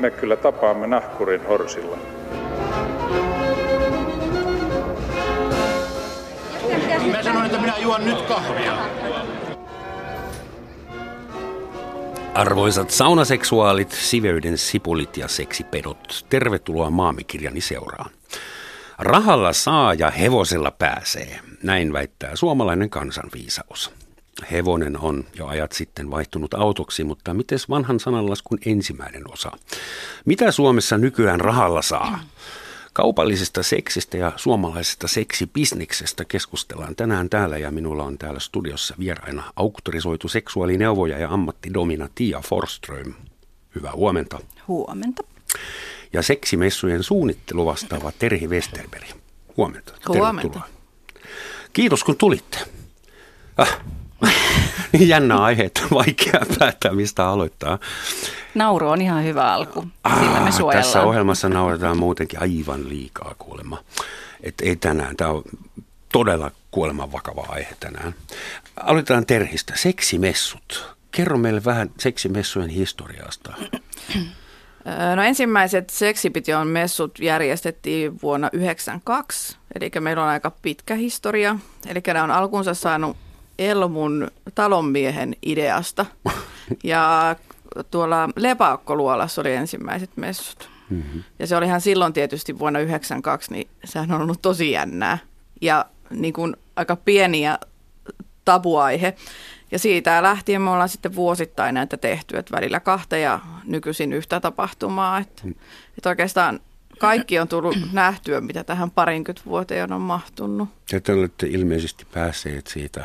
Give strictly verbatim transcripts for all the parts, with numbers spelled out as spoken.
me kyllä tapaamme nahkurin horsilla. Mä sanoin, että minä juon nyt kahvia. Arvoisat saunaseksuaalit, siveyden sipulit ja seksipedot, tervetuloa Maamikirjani seuraan. Rahalla saa ja hevosella pääsee, näin väittää suomalainen kansanviisaus. Hevonen on jo ajat sitten vaihtunut autoksi, mutta mites vanhan sananlaskun ensimmäinen osa? Mitä Suomessa nykyään rahalla saa? Kaupallisesta seksistä ja suomalaisesta seksibisneksestä keskustellaan tänään täällä ja minulla on täällä studiossa vieraina auktorisoitu seksuaalineuvoja ja ammattidomina Tia Forsström. Hyvää huomenta. Huomenta. Ja seksimessujen suunnittelu vastaava Terhi Westerberg. Huomenta. Huomenta. Tervetuloa. Kiitos kun tulitte. Ah. Jännä aihe, että vaikea päättää, mistä aloittaa. Nauru on ihan hyvä alku, sillä me suojellaan. Tässä ohjelmassa nauretaan muutenkin aivan liikaa kuulemma. Että ei tänään, tämä on todella kuoleman vakava aihe tänään. Aloitetaan Terhistä. Seksimessut. Kerro meille vähän seksimessujen historiasta. No ensimmäiset seksipition messut järjestettiin vuonna yhdeksänkymmentäkaksi, eli meillä on aika pitkä historia. Eli nämä on alkunsa saanut Elmun talonmiehen ideasta. Ja tuolla Lepaukkoluolassa oli ensimmäiset messut. Mm-hmm. Ja se olihan silloin tietysti vuonna yhdeksänkymmentäkaksi, niin sehän on ollut tosi jännää. Ja niin kuin aika pieni ja tabuaihe. Ja siitä lähtien me ollaan sitten vuosittain näitä tehty, että välillä kahta ja nykyisin yhtä tapahtumaa. Että, mm. että oikeastaan kaikki on tullut nähtyä, mitä tähän parinkymmentä vuoteen on mahtunut. Ja te olette ilmeisesti päässeet siitä,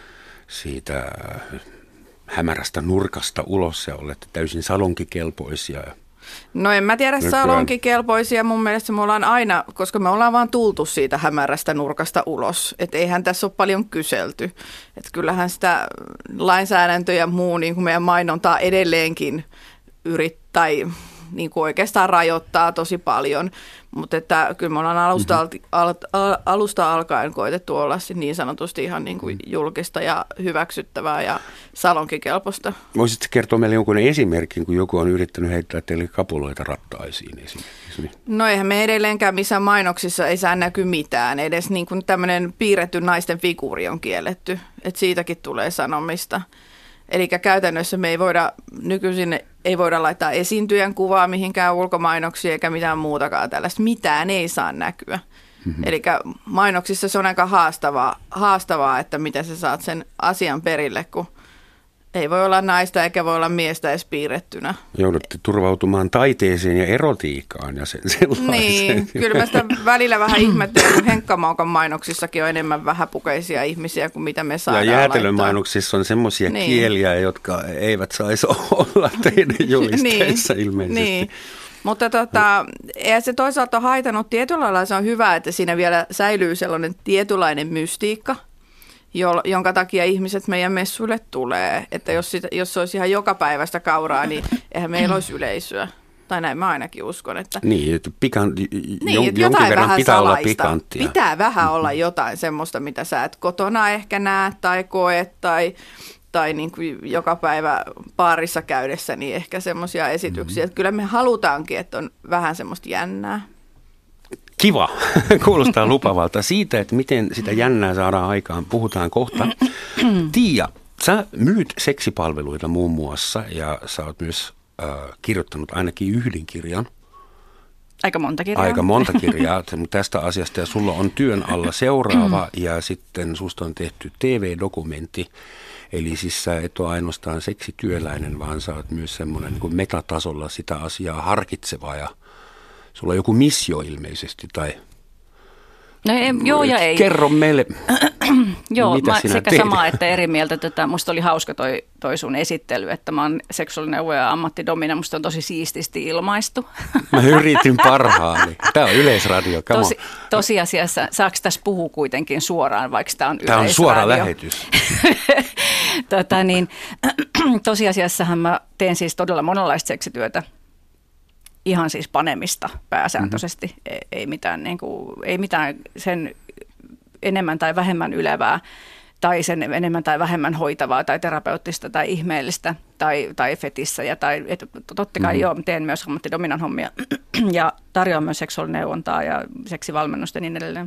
siitä hämärästä nurkasta ulos ja olette täysin salonkikelpoisia. No en mä tiedä salonkikelpoisia. Mun mielestä me ollaan aina, koska me ollaan vaan tultu siitä hämärästä nurkasta ulos. Että eihän tässä ole paljon kyselty. Että kyllähän sitä lainsäädäntö ja muu niin kuin meidän mainontaa edelleenkin yrittää, niin kuin oikeastaan rajoittaa tosi paljon. Mutta että kyllä me ollaan alusta, al, al, al, alusta alkaen koetettu olla niin sanotusti ihan niin kuin julkista ja hyväksyttävää ja salonkikelpoista. Voisitko kertoa meille jonkun esimerkin, kun joku on yrittänyt heittää teille kapuloita rattaisiin esimerkiksi? No eihän me edelleenkään missään mainoksissa ei saa näkyä mitään. Edes niin kuin tämmöinen piirretty naisten figuuri on kielletty. Että siitäkin tulee sanomista. Eli käytännössä me ei voida, nykyisin ei voida laittaa esiintyjän kuvaa mihinkään ulkomainoksiin eikä mitään muutakaan tällaista. Mitään ei saa näkyä. Mm-hmm. Eli mainoksissa se on aika haastavaa, haastavaa, että miten sä saat sen asian perille, kun ei voi olla naista eikä voi olla miestä edes piirrettynä. Joudutte turvautumaan taiteeseen ja erotiikkaan ja sen sellaiseen. Niin, kyllä mä sitä välillä vähän ihmettelen, kun Henkka Maukan mainoksissakin on enemmän vähäpukeisia ihmisiä kuin mitä me saadaan. Ja jäätelömainoksissa on semmoisia niin. kieliä, jotka eivät saisi olla teidän julisteissa niin. ilmeisesti. Niin. Mutta tota, ja se toisaalta on haitannut tietyllä lailla, se on hyvä, että siinä vielä säilyy sellainen tietynlainen mystiikka, jonka takia ihmiset meidän messuille tulee. Että jos, sitä, jos se olisi ihan joka päivästä kauraa, niin eihän meillä olisi yleisöä. Tai näin mä ainakin uskon. Että niin, että pikan, niin, että jonkin verran pitää salaista. Olla pikanttia. Pitää vähän olla jotain semmoista, mitä sä et kotona ehkä näe tai koe tai, tai niin kuin joka päivä baarissa käydessä, niin ehkä semmoisia esityksiä. Mm-hmm. Että kyllä me halutaankin, että on vähän semmoista jännää. Kiva. Kuulostaa lupavalta. Siitä, että miten sitä jännää saadaan aikaan, puhutaan kohta. Tiia, sä myyt seksipalveluita muun muassa ja sä oot myös äh, kirjoittanut ainakin yhden kirjan. Aika monta kirjaa. Aika monta kirjaa tästä asiasta ja sulla on työn alla seuraava ja sitten susta on tehty T V-dokumentti. Eli siis sä et ole ainoastaan seksityöläinen, vaan sä oot myös semmoinen niin kuin metatasolla sitä asiaa harkitseva ja sulla on joku missio ilmeisesti, tai no, ei, joo ja ei. Kerro meille, joo, mitä mä sinä sekä teet. samaa että eri mieltä. Tätä, musta oli hauska toi, toi sun esittely, että mä oon seksuaalineuvoja ja ammattidomina. Musta on tosi siististi ilmaistu. Mä yritin parhaani. Tää on Yleisradio, come Tosi, Tosiasiassa, saako tässä puhua kuitenkin suoraan, vaikka tämä on Yleisradio? Tämä on suora lähetys. tota, niin, tosiasiassahan mä teen siis todella monenlaista seksityötä. Ihan siis panemista pääsääntöisesti, mm-hmm. ei, ei, mitään, niin kuin, ei mitään sen enemmän tai vähemmän ylevää tai sen enemmän tai vähemmän hoitavaa tai terapeuttista tai ihmeellistä tai, tai fetissä. Ja tai, et, totta kai mm-hmm. joo, teen myös ammattidominan hommia ja tarjoan myös seksuaalineuvontaa ja seksivalmennusta ja niin edelleen.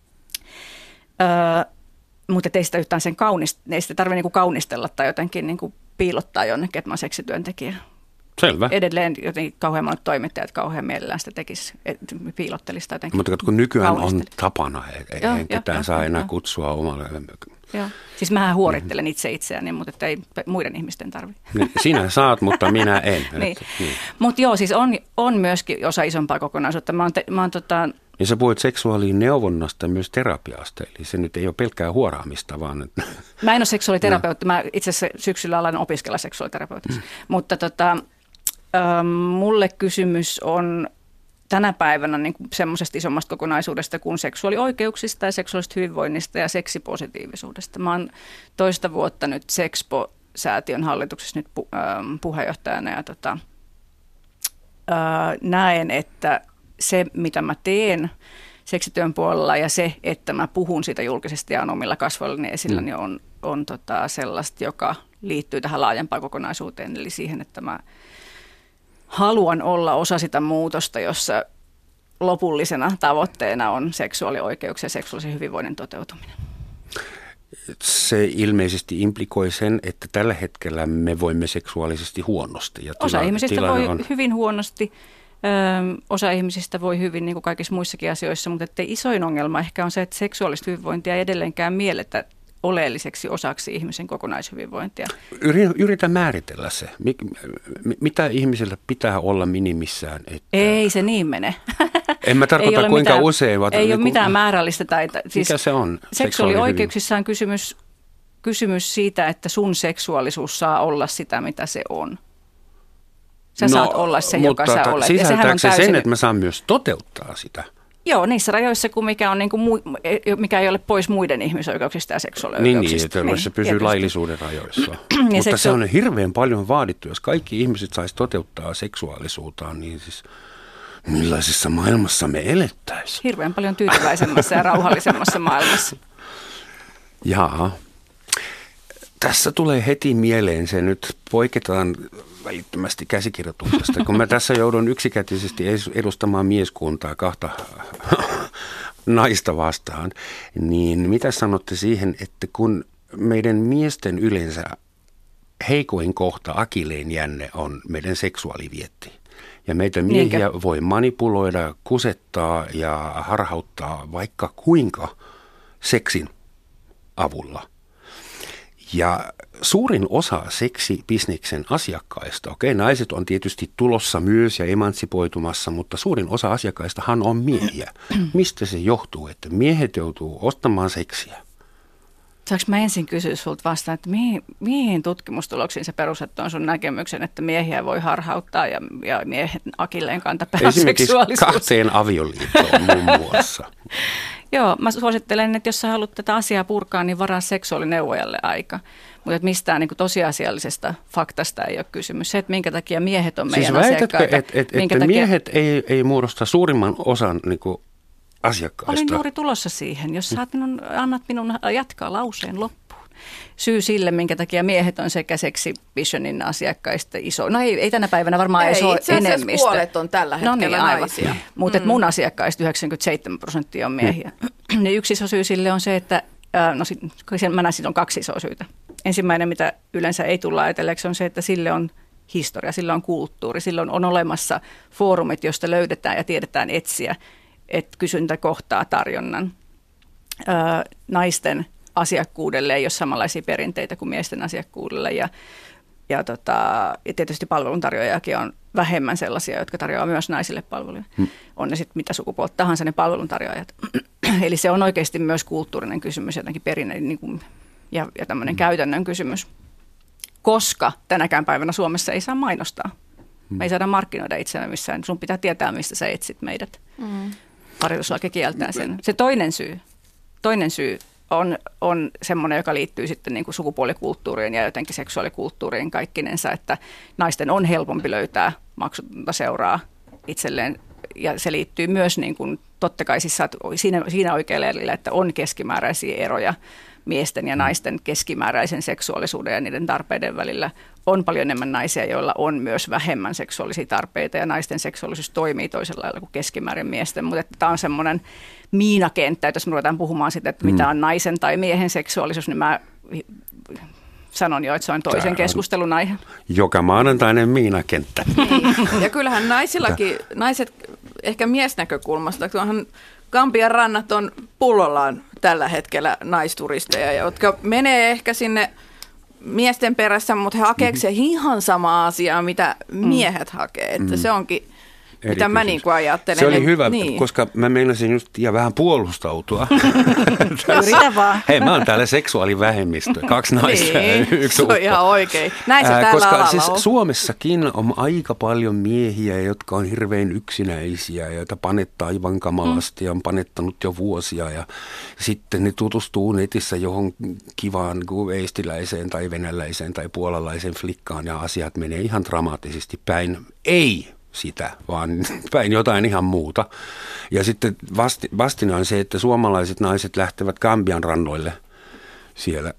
Öö, mutta ei sitä yhtään sen kaunist, ei sitä tarvitse niinku kaunistella tai jotenkin niinku piilottaa jonnekin, että mä oon seksityöntekijä. Selvä. Edelleen jotenkin kauhean monet toimittajat kauhean mielellään sitä tekisi, piilottelisi sitä jotenkin. Mutta kun nykyään on tapana, ei joo, ketään jo, saa jo, enää jo. kutsua omalle. Joo. Siis mähän huorittelen itse itseäni, mutta ei muiden ihmisten tarvitse. Sinä saat, mutta minä en. niin. niin. Mutta joo, siis on, on myöskin osa isompaa kokonaisuutta. Mä oon, te, mä oon tota... Ja sä puhuit seksuaalineuvonnasta myös terapiasta, eli se nyt ei ole pelkkää huoraamista, vaan... Mä en ole seksuaaliterapeutti, mä itse asiassa syksyllä alan opiskella seksuaaliterapeutiksi, mm. mutta tota, ähm, mulle kysymys on tänä päivänä niin kuin semmoisesta isommasta kokonaisuudesta kuin seksuaalioikeuksista ja seksuaalisesta hyvinvoinnista ja seksipositiivisuudesta. Mä oon toista vuotta nyt Sexpo-säätiön hallituksessa nyt pu, ähm, puheenjohtajana ja tota, äh, näen, että se, mitä mä teen seksityön puolella ja se, että mä puhun siitä julkisesti ja on omilla kasvoillani esillä, mm. niin on, on tota sellaista, joka liittyy tähän laajempaan kokonaisuuteen. Eli siihen, että mä haluan olla osa sitä muutosta, jossa lopullisena tavoitteena on seksuaalioikeuksia ja seksuaalisen hyvinvoinnin toteutuminen. Se ilmeisesti implikoi sen, että tällä hetkellä me voimme seksuaalisesti huonosti. Ja tila, osa ihmisistä voi on... hyvin huonosti. Ö, osa ihmisistä voi hyvin niin kuin kaikissa muissakin asioissa, mutta että isoin ongelma ehkä on se, että seksuaalista hyvinvointia ei edelleenkään mielletä oleelliseksi osaksi ihmisen kokonaishyvinvointia. Yritä määritellä se. Mitä ihmisillä pitää olla minimissään? Että... Ei se niin mene. En mä tarkoita kuinka mitään, usein. Vaan ei niin ole kuin... mitään määrällistä. Tai, siis mikä se on? Seksuaalioikeuksissa on kysymys, kysymys siitä, että sun seksuaalisuus saa olla sitä, mitä se on. Sä no, saat olla se, joka sä olet. Sisältääkö se täysin... sen, että mä saan myös toteuttaa sitä? Joo, niissä rajoissa, kun mikä, on niin kuin mu, mikä ei ole pois muiden ihmisoikeuksista ja seksuaalioikeuksista. Niin, niin, että se pysyy tietysti laillisuuden rajoissa. Mutta seksu... se on hirveän paljon vaadittu. Jos kaikki ihmiset saisi toteuttaa seksuaalisuuttaan, niin siis millaisessa maailmassa me elettäisiin? Hirveän paljon tyytyväisemmässä ja rauhallisemmassa maailmassa. Jaa. Tässä tulee heti mieleen se nyt, poiketaan välittömästi käsikirjoituksesta, kun mä tässä joudun yksikätisesti edustamaan mieskuntaa kahta naista vastaan, niin mitä sanotte siihen, että kun meidän miesten yleensä heikoin kohta, akileen jänne on meidän seksuaalivietti. Ja meitä miehiä Niinkä? voi manipuloida, kusettaa ja harhauttaa vaikka kuinka seksin avulla. Ja suurin osa seksibisneksen asiakkaista, okei, naiset on tietysti tulossa myös ja emansipoitumassa, mutta suurin osa asiakkaistahan on miehiä. Mistä se johtuu, että miehet joutuu ostamaan seksiä? Saanko mä ensin kysyä sulta vastaan, että mihin, mihin tutkimustuloksiin se perustettu on sun näkemyksen, että miehiä voi harhauttaa ja, ja miehet akilleen kantapää seksuaalisuus? Kahteen avioliittoon muun muassa. Joo, mä suosittelen, että jos sä haluat tätä asiaa purkaa, niin varaa seksuaalineuvojalle aika. Mutta että mistään niin kuin tosiasiallisesta faktasta ei ole kysymys. Se, että minkä takia miehet on meidän siis asiakkaita. Että et, et, takia... miehet ei, ei muodosta suurimman osan niin kuin asiakkaista? Olin juuri tulossa siihen. Jos saat minun, annat minun jatkaa lauseen loppuun. Syy sille, minkä takia miehet on sekä Sexivisionin asiakkaista iso. No ei, ei tänä päivänä varmaan ei, ole enemmistö. Itse asiassa puolet on tällä hetkellä no niin, naisia. Mutta mm. mun asiakkaista yhdeksänkymmentäseitsemän prosenttia on miehiä. Mm. Yksi iso syy sille on se, että no, mä näen, että on kaksi isoa syytä. Ensimmäinen, mitä yleensä ei tulla ajatelleeksi, on se, että sille on historia, sillä on kulttuuri, silloin on olemassa foorumit, joista löydetään ja tiedetään etsiä, että kysyntä kohtaa tarjonnan. Ö, naisten asiakkuudelle ei ole samanlaisia perinteitä kuin miesten asiakkuudelle ja, ja, tota, ja tietysti palveluntarjoajakin on vähemmän sellaisia, jotka tarjoaa myös naisille palveluja. Hmm. On ne sitten mitä sukupuolta tahansa ne palveluntarjoajat. Eli se on oikeasti myös kulttuurinen kysymys, jotenkin perinne niin kuin, ja, ja tämmöinen hmm. käytännön kysymys, koska tänäkään päivänä Suomessa ei saa mainostaa. Hmm. Me ei saada markkinoida itseämme missään. Sun pitää tietää, mistä sä etsit meidät. Hmm. Parituslaki kieltää sen. Se toinen syy, toinen syy on, on semmoinen, joka liittyy sitten niin kuin sukupuolikulttuuriin ja jotenkin seksuaalikulttuuriin kaikkinensa, että naisten on helpompi löytää maksutonta seuraa itselleen. Ja se liittyy myös niin kuin, totta kai siis siinä, siinä oikealla elillä, että on keskimääräisiä eroja miesten ja naisten keskimääräisen seksuaalisuuden ja niiden tarpeiden välillä on paljon enemmän naisia, joilla on myös vähemmän seksuaalisia tarpeita ja naisten seksuaalisuus toimii toisella lailla kuin keskimäärin miesten, mutta tämä on semmoinen miinakenttä, että jos me ruvetaan puhumaan siitä, että mitä on naisen tai miehen seksuaalisuus, niin mä sanon jo, että se on toisen on keskustelun aihe. Joka maanantainen miinakenttä. Niin. Ja kyllähän naisillakin, naiset ehkä miesnäkökulmasta, kunhan Gambian rannat on pullollaan tällä hetkellä naisturisteja, jotka menee ehkä sinne miesten perässä, mutta he hakeeko se ihan sama asiaa, mitä miehet hakee. Että se onkin, mitä mä niin kuin ajattelen. Se oli että, hyvä, niin. koska mä meinasin just ja vähän puolustautua. Yritä vaan. Hei, mä oon täällä seksuaalivähemmistö, kaksi naista niin, ja yksi se on ihan oikein. Näin se Ää, tällä koska alalla siis on. Suomessakin on aika paljon miehiä, jotka on hirveän yksinäisiä, joita panettaa aivan kamalasti ja on panettanut jo vuosia. Ja sitten ne tutustuu netissä johon kivaan niin eestiläiseen tai venäläiseen tai puolalaiseen flikkaan ja asiat menee ihan dramaattisesti päin. Ei sitä, vaan päin jotain ihan muuta. Ja sitten vasti, vastine on se, että suomalaiset naiset lähtevät Gambian rannoille siellä.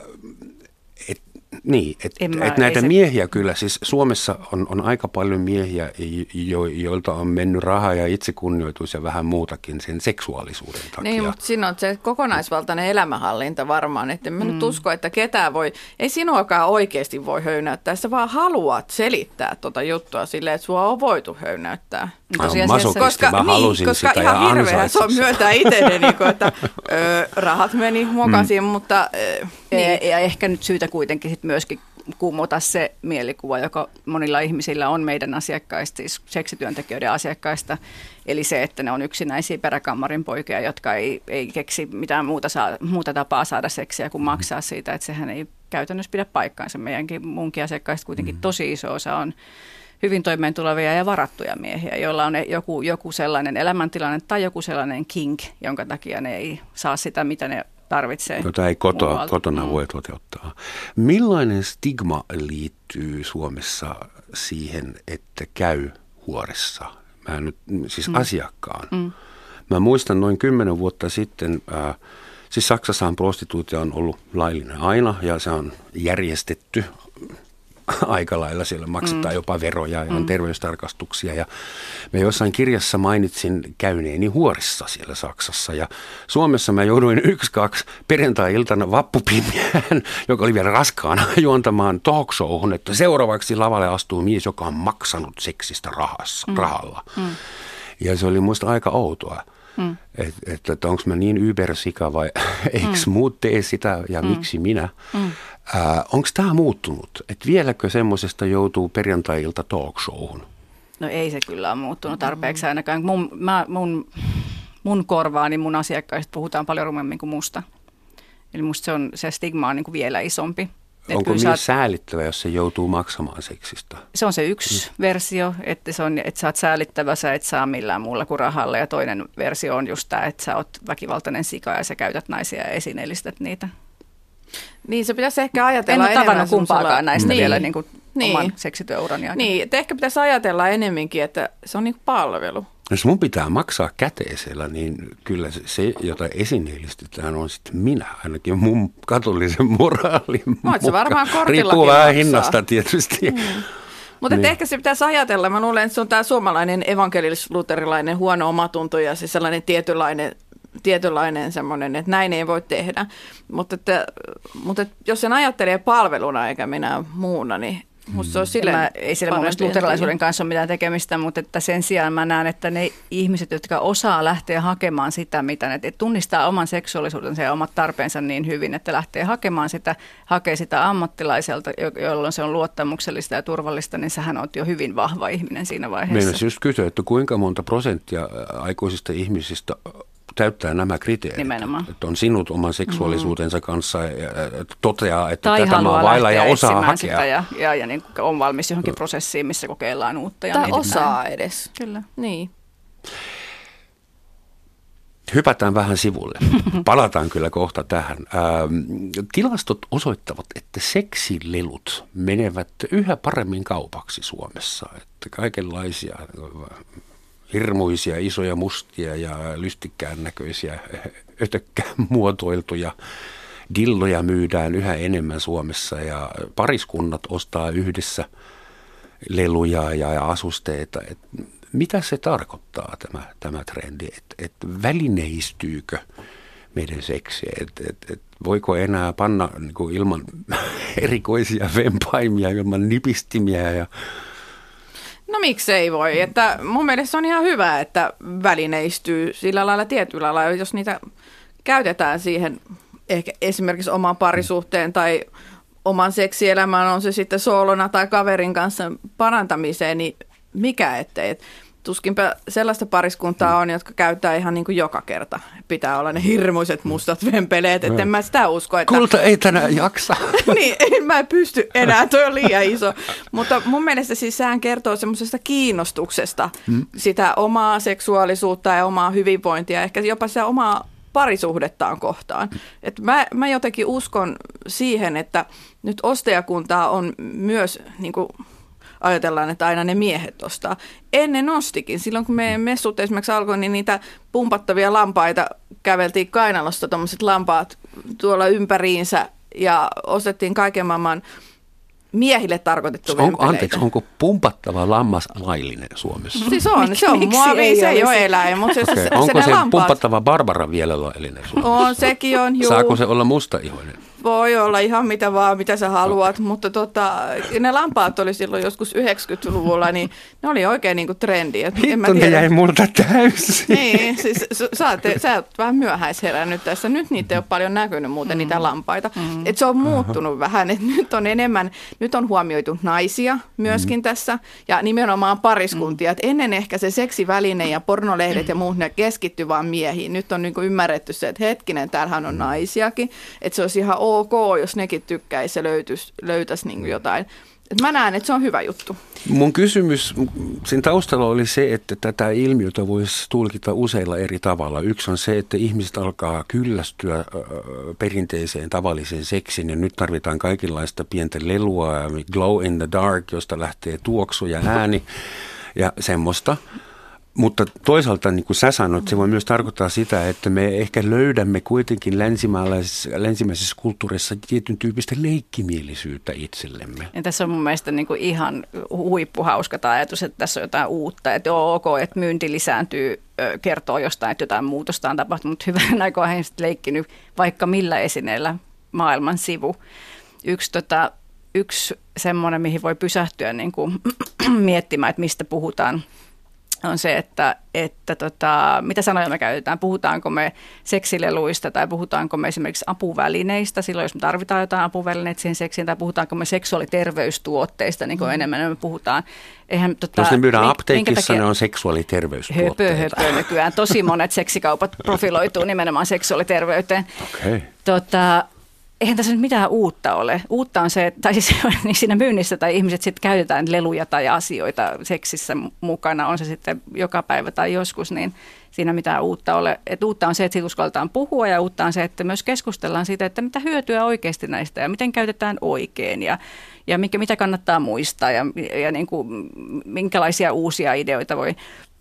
Et, niin, että et näitä se... miehiä kyllä, siis Suomessa on, on aika paljon miehiä, jo, joilta on mennyt raha ja itsekunnioitus ja vähän muutakin sen seksuaalisuuden takia. Niin, mutta siinä on se kokonaisvaltainen elämänhallinta varmaan, että mä mm. nyt usko, että ketään voi, ei sinuakaan oikeasti voi höynäyttää, sä vaan haluat selittää tuota juttua silleen, että sua on voitu höynäyttää. Koska, mä halusin niin, koska sitä ihan ja hirveä se on myöntää itselle, niin kuin, että ö, rahat meni muokasiin, mm. mutta... Ö, niin. ja, ja ehkä nyt syytä kuitenkin sit myöskin kumota se mielikuva, joka monilla ihmisillä on meidän asiakkaista, siis seksityöntekijöiden asiakkaista, eli se, että ne on yksinäisiä peräkammarin poikia, jotka ei, ei keksi mitään muuta, saa, muuta tapaa saada seksiä kuin maksaa siitä, että sehän ei käytännössä pidä paikkaansa. Meidänkin munkin asiakkaista kuitenkin tosi iso osa on hyvin toimeentulevia ja varattuja miehiä, joilla on joku, joku sellainen elämäntilanne tai joku sellainen kink, jonka takia ne ei saa sitä, mitä ne tarvitsee. Jota ei koto, kotona voi toteuttaa. Millainen stigma liittyy Suomessa siihen, että käy huoressa? Mä nyt, siis mm. asiakkaan. Mm. Mä muistan noin kymmenen vuotta sitten, äh, siis Saksassahan prostituutio on ollut laillinen aina ja se on järjestetty aika lailla, siellä maksetaan mm. jopa veroja ja on mm. terveystarkastuksia ja mä jossain kirjassa mainitsin käyneeni huorissa siellä Saksassa ja Suomessa mä jouduin yksi, kaksi perjantai-iltana vappupimiään, joka oli vielä raskaana, juontamaan talk showhun, että seuraavaksi lavalle astuu mies, joka on maksanut seksistä rahassa, mm. rahalla. Mm. Ja se oli musta aika outoa. Mm. Että et, et onko mä niin ybersika vai eikö mm. muut tee sitä ja mm. miksi minä? Mm. Äh, onko tämä muuttunut? Että vieläkö semmoisesta joutuu perjantai-ilta talk showhun? No ei se kyllä ole muuttunut tarpeeksi ainakaan. Mun, mä, mun, mun korvaani mun asiakkaista puhutaan paljon rumemmin kuin musta. Eli musta se, on, se stigma on niin kuin vielä isompi. Onko mies saat... säälittävä, jos se joutuu maksamaan seksistä? Se on se yksi mm. versio, että, se on, että sä oot säälittävä, sä et saa millään muulla kuin rahalla. Ja toinen versio on just tämä, että sä oot väkivaltainen sika ja sä käytät naisia ja esineellistät niitä. Niin, se pitäisi ehkä ajatella en enemmän. En ole tavannut kumpaakaan näistä niin. vielä niin kuin niin. oman seksityöuran jälkeen. Niin, että ehkä pitäisi ajatella enemminkin, että se on niin kuin palvelu. Jos mun pitää maksaa käteisellä, niin kyllä se, jota esineellistetään, on sitten minä, ainakin mun katolisen moraalin mukaan. Se varmaan kortillakin riippuu vähän maksaa. hinnasta tietysti. Mm. Mutta niin. ehkä se pitäisi ajatella. Mä luulen, että se on tämä suomalainen evankelis-luterilainen huono omatunto ja se sellainen tietynlainen, tietynlainen semmoinen, että näin ei voi tehdä. Mutta, että, mutta että jos sen ajattelee palveluna eikä minä muuna, niin musta se on silleen. Mä, ei sillä mun mielestä luterilaisuuden kanssa ole mitään tekemistä, mutta että sen sijaan mä näen, että ne ihmiset, jotka osaa lähteä hakemaan sitä, mitä ne että tunnistaa oman seksuaalisuutensa ja omat tarpeensa niin hyvin, että lähtee hakemaan sitä, hakee sitä ammattilaiselta, jolloin se on luottamuksellista ja turvallista, niin sähän oot jo hyvin vahva ihminen siinä vaiheessa. Meidän just kysyä, että kuinka monta prosenttia aikuisista ihmisistä täyttää nämä kriteerit. Nimenomaan. Että on sinut oman seksuaalisuutensa kanssa ja toteaa, että tai tätä on vailla ja osaa hakea. Ja, ja, ja niin on valmis johonkin prosessiin, missä kokeillaan uutta. Ja tai osaa edes. Kyllä. Niin. Hypätään vähän sivulle. Palataan kyllä kohta tähän. Ähm, tilastot osoittavat, että seksilelut menevät yhä paremmin kaupaksi Suomessa. Että kaikenlaisia hirmuisia, isoja, mustia ja lystikkään näköisiä, ötökkään muotoiltuja dilloja myydään yhä enemmän Suomessa ja pariskunnat ostaa yhdessä leluja ja asusteita. Et mitä se tarkoittaa tämä, tämä trendi, että et välineistyykö meidän seksiä, että et, et voiko enää panna niin kuin ilman erikoisia vempaimia, ilman nipistimiä ja No miksei voi, että mun mielestä on ihan hyvä, että välineistyy sillä lailla tietyllä lailla, jos niitä käytetään siihen ehkä esimerkiksi omaan parisuhteen tai oman seksielämään, on se sitten soolona tai kaverin kanssa parantamiseen, niin mikä ettei. Tuskinpä sellaista pariskuntaa on, jotka käyttää ihan niin kuin joka kerta. Pitää olla ne hirmuiset mustat vempeleet, että en mä sitä usko. Että kulta ei tänään jaksa. Niin, en mä pysty enää, toi on liian iso. Mutta mun mielestä siis sehän kertoo semmoisesta kiinnostuksesta, hmm. sitä omaa seksuaalisuutta ja omaa hyvinvointia, ehkä jopa sitä omaa parisuhdettaan kohtaan. Et mä, mä jotenkin uskon siihen, että nyt ostajakuntaa on myös niin kuin ajatellaan, että aina ne miehet ostaa. Ennen ostikin. Silloin kun meidän messut esimerkiksi alkoi, niin niitä pumpattavia lampaita käveltiin kainalosta, tuommoiset lampaat tuolla ympäriinsä ja ostettiin kaiken maailman miehille tarkoitettu onko, vempeleitä. Anteeksi, onko pumpattava lammas laillinen Suomessa? Siis on, se on muovi, se ei ole eläin. Mutta okay. se, onko se, se lampaat, pumpattava Barbara vielä laillinen Suomessa? On, sekin on, juu. Saako se olla mustaihoinen? Voi olla ihan mitä vaan, mitä sä haluat, okay. Mutta tota, ne lampaat oli silloin joskus yhdeksänkymmentäluvulla, niin ne oli oikein niinku trendi. Hitto, ne jäi multa täysin. Niin, siis sä oot, sä oot vähän myöhäisherännyt tässä. Nyt niitä ei ole paljon näkynyt muuten, mm. niitä lampaita. Mm. Et se on muuttunut uh-huh. vähän, että nyt on enemmän, nyt on huomioitu naisia myöskin mm. tässä ja nimenomaan pariskuntia. Mm. Et ennen ehkä se seksiväline ja pornolehdet ja muut, ne keskittyi vaan miehiin. Nyt on niinku ymmärretty se, että hetkinen, täällähän on naisiakin, että se olisi ihan ok, jos nekin tykkäisi ja löytyisi, löytäisi niin jotain. Et mä näen, että se on hyvä juttu. Mun kysymys sen taustalla oli se, että tätä ilmiötä voisi tulkita useilla eri tavalla. Yksi on se, että ihmiset alkaa kyllästyä perinteiseen tavalliseen seksiin ja nyt tarvitaan kaikenlaista pientä lelua ja glow in the dark, josta lähtee tuoksu ja ääni ja semmoista. Mutta toisaalta, niin kuin sä sanoit, se voi myös tarkoittaa sitä, että me ehkä löydämme kuitenkin länsimaalaisessa, länsimaisessa kulttuurissa tietyn tyyppistä leikkimielisyyttä itsellemme. Ja tässä on mun mielestä niin kuin ihan huippuhauska tämä ajatus, että tässä on jotain uutta, että on ok, että myynti lisääntyy, kertoo jostain, että jotain muutosta on tapahtunut, mutta hyvän aikaa hän sitten leikkinyt vaikka millä esineellä maailman sivu. Yksi, tota, yksi semmoinen, mihin voi pysähtyä niin kuin miettimään, että mistä puhutaan, on se, että, että tota, mitä sanoja me käytetään. Puhutaanko me seksileluista tai puhutaanko me esimerkiksi apuvälineistä silloin, jos me tarvitaan jotain apuvälineitä siihen seksiin, tai puhutaanko me seksuaaliterveystuotteista, niin kuin mm. enemmän me puhutaan. Eihän, tota, jos ne myydään apteekissa, ne on seksuaaliterveystuotteita. Höpö, höpö nykyään. Tosi monet seksikaupat profiloituu nimenomaan seksuaaliterveyteen. Okay. Tota, eihän tässä nyt mitään uutta ole. Uutta on se, tai siis niin siinä myynnissä tai ihmiset sitten käytetään leluja tai asioita seksissä mukana, on se sitten joka päivä tai joskus, niin siinä mitään uutta ole. Et uutta on se, että siitä uskalletaan puhua ja uutta on se, että myös keskustellaan siitä, että mitä hyötyä oikeasti näistä ja miten käytetään oikein ja, ja mikä, mitä kannattaa muistaa ja, ja niin kuin, minkälaisia uusia ideoita voi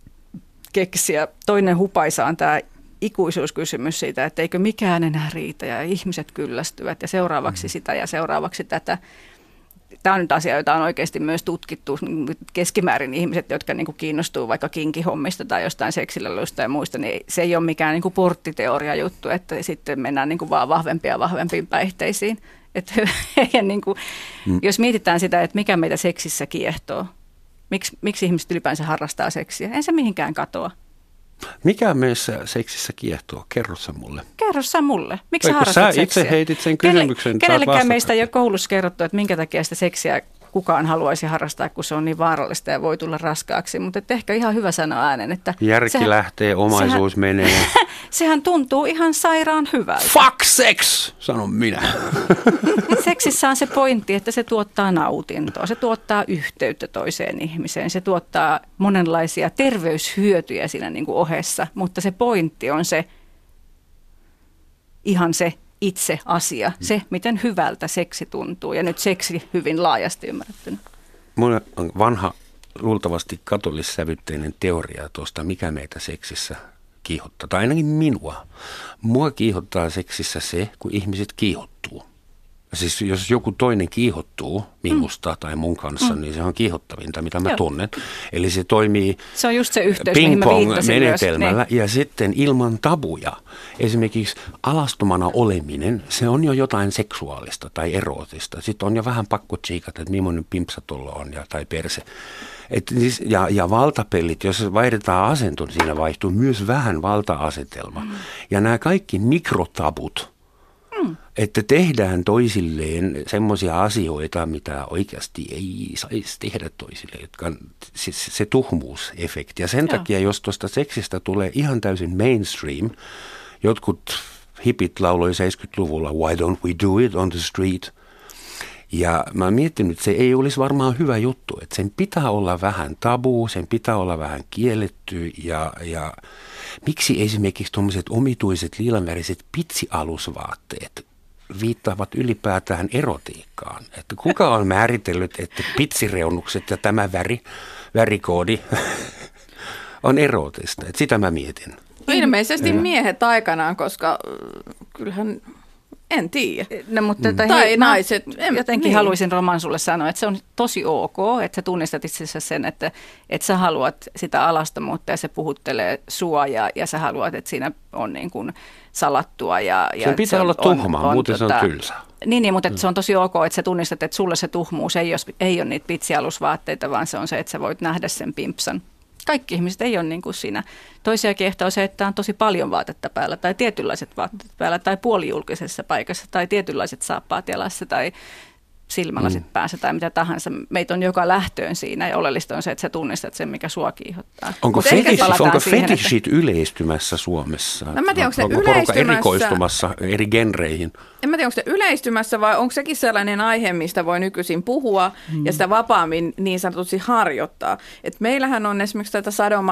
keksiä. Toinen hupaisa on tämä ikuisuuskysymys siitä, että eikö mikään enää riitä ja ihmiset kyllästyvät ja seuraavaksi sitä ja seuraavaksi tätä. Tämä on nyt asia, jota on oikeasti myös tutkittu keskimäärin ihmiset, jotka niin kuin kiinnostuu vaikka kinkihommista tai jostain seksileluista ja muista, niin se ei ole mikään niin kuin porttiteoria juttu, että sitten mennään niin kuin vaan vahvempia ja vahvempiin päihteisiin. Että, niin kuin, mm. Jos mietitään sitä, että mikä meitä seksissä kiehtoo, miksi, miksi ihmiset ylipäänsä harrastaa seksiä, ei se mihinkään katoa. Mikä meissä seksissä kiehtoo? Kerro sä mulle. Kerro sä mulle. Miksi Ei, sä harrastat sä seksiä? itse heitit sen kysymyksen. Kenellekään meistä ei ole koulussa kerrottu, että minkä takia sitä seksiä kukaan haluaisi harrastaa, kun se on niin vaarallista ja voi tulla raskaaksi. Mutta ehkä ihan hyvä sanoa äänen, että järki sehän, lähtee, omaisuus sehän, menee. Sehän tuntuu ihan sairaan hyvältä. Fuck sex, sanon minä. Seksissä on se pointti, että se tuottaa nautintoa, se tuottaa yhteyttä toiseen ihmiseen, se tuottaa monenlaisia terveyshyötyjä siinä niin kuin ohessa, mutta se pointti on se ihan se itse asia, se miten hyvältä seksi tuntuu ja nyt seksi hyvin laajasti ymmärrettynä. Mulla on vanha, luultavasti katolissävytteinen teoria tuosta, mikä meitä seksissä kiihottaa, tai ainakin minua. Mua kiihottaa seksissä se, kun ihmiset kiihottuu. Siis jos joku toinen kiihottuu minusta mm. tai mun kanssa, mm. niin se on kiihottavinta, mitä mä Joo. tunnen. Eli se toimii se on just se yhteys, ping-pong-menetelmällä niin. Ja sitten ilman tabuja. Esimerkiksi alastomana oleminen, se on jo jotain seksuaalista tai erootista. Sitten on jo vähän pakko tsiikata, että millainen pimpsa tuolla on ja, tai perse. Et, ja, ja valtapellit, jos vaihdetaan asento, niin siinä vaihtuu myös vähän valta-asetelma. Mm. Ja nämä kaikki mikrotabut, Mm. että tehdään toisilleen semmoisia asioita, mitä oikeasti ei saisi tehdä toisilleen, jotka on se, se tuhmuusefekti. Ja sen Joo. takia, jos tuosta seksistä tulee ihan täysin mainstream, jotkut hipit lauloi seitsemänkymmentäluvulla, why don't we do it on the street? Ja mä oon miettinyt, että se ei olisi varmaan hyvä juttu, että sen pitää olla vähän tabu, sen pitää olla vähän kielletty ja, ja miksi esimerkiksi tuommoiset omituiset liilanväriset pitsialusvaatteet viittaavat ylipäätään erotiikkaan? Että kuka on määritellyt, että pitsireunukset ja tämä väri, värikoodi on erotista? Että sitä mä mietin. Ilmeisesti miehet aikanaan, koska kyllähän... En tiedä. No, mutta mm. tai hei, naiset. En, jotenkin niin. haluaisin Roman sulle sanoa, että se on tosi ok, että sä tunnistat itse asiassa sen, että, että sä haluat sitä alastomuutta ja se puhuttelee sua ja, ja sä haluat, että siinä on niin kuin salattua. Ja, se pitää se olla tuhmaa, muuten tota, se on tylsää. Niin, niin mutta mm. se on tosi ok, että sä tunnistat, että sulle se tuhmuus ei ole, ei ole niitä pitsialusvaatteita, vaan se on se, että sä voit nähdä sen pimpsan. Kaikki ihmiset ei ole niin kuin siinä. Toisia kiehtoo se, että on tosi paljon vaatetta päällä tai tietynlaiset vaatteet päällä tai puolijulkisessa paikassa tai tietynlaiset saappaat jalassa tai silmälasit mm. päässä tai mitä tahansa. Meitä on joka lähtöön siinä ja oleellista on se, että sä tunnistat sen, mikä sua kiihottaa. Onko, fetish, onko fetishit että... yleistymässä Suomessa? No, mä tiedän, onko se onko yleistymässä... erikoistumassa eri genreihin? En mä tiedä, onko se yleistymässä vai onko sekin sellainen aihe, mistä voi nykyisin puhua mm. ja sitä vapaammin niin sanotusti harjoittaa. Et meillähän on esimerkiksi tätä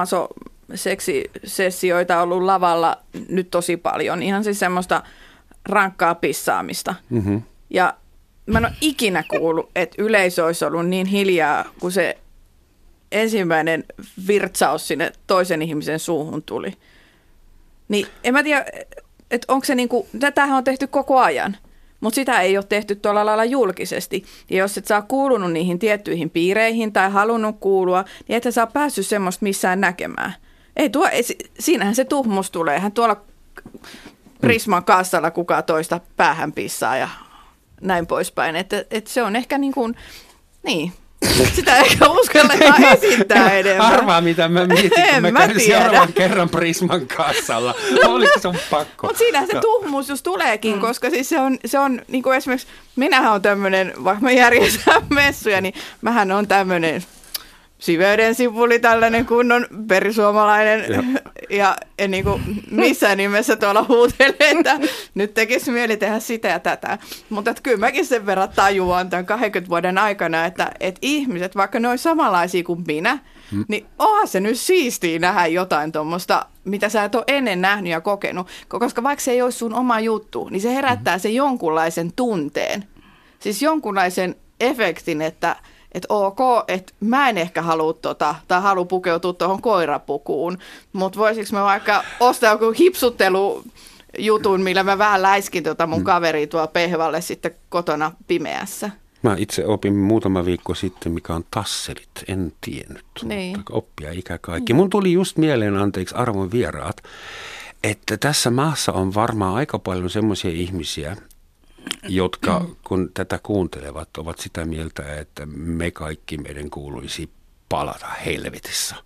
sadomaso-seksisessioita ollut lavalla nyt tosi paljon. Ihan siis semmoista rankkaa pissaamista. Mm-hmm. Ja mä en ole ikinä kuullut, että yleisö olisi ollut niin hiljaa, kun se ensimmäinen virtsaus sinne toisen ihmisen suuhun tuli. Niin en mä tiedä, että onko se niinku, tätähän on tehty koko ajan, mutta sitä ei ole tehty tuolla lailla julkisesti. Ja jos et saa kuulunut niihin tiettyihin piireihin tai halunnut kuulua, niin et sä saa päässyt semmoista missään näkemään. Ei tuo, ei, siinähän se tuhmus tulee. Eihän tuolla Prisman kassalla kukaan toista päähän pissaa ja näin poispäin. Että, että se on ehkä niin kuin, niin, sitä ehkä uskalletaan esittää enemmän. Arvaa, mitä mä mietin, kun mä, mä käyn seuraavan kerran Prisman kassalla. Oliko se on pakko? Mutta siinähän se tuhmuus just tuleekin, mm. koska siis se on, se on niin kuin esimerkiksi, minähän on tämmöinen, vaikka mä järjestän messuja, niin mähän on tämmöinen siveyden sipuli, tällainen kunnon perisuomalainen, ja, ja en niin kuin missään nimessä tuolla huutele, että nyt tekisi mieli tehdä sitä ja tätä. Mutta kyllä mäkin sen verran tajuan tämän kahdenkymmenen vuoden aikana, että, että ihmiset, vaikka ne olisi samanlaisia kuin minä, hmm. niin onhan se nyt siistiä nähdä jotain tuommoista, mitä sä et ole ennen nähnyt ja kokenut. Koska vaikka se ei olisi sun oma juttu, niin se herättää sen jonkunlaisen tunteen. Siis jonkunlaisen efektin, että että ok, että mä en ehkä halua tota, tai halua pukeutua tuohon koirapukuun, mutta voisiko mä vaikka ostaa joku hipsuttelujutun, millä mä vähän läiskin tota mun kaveria tuolla pehvalle sitten kotona pimeässä. Mä itse opin muutama viikko sitten, mikä on tasselit. En tiennyt, niin. Mutta oppia ikä kaikki. Mun tuli just mieleen, anteeksi arvon vieraat, että tässä maassa on varmaan aika paljon semmoisia ihmisiä, jotka kun tätä kuuntelevat, ovat sitä mieltä, että me kaikki meidän kuuluisi palata helvetissä.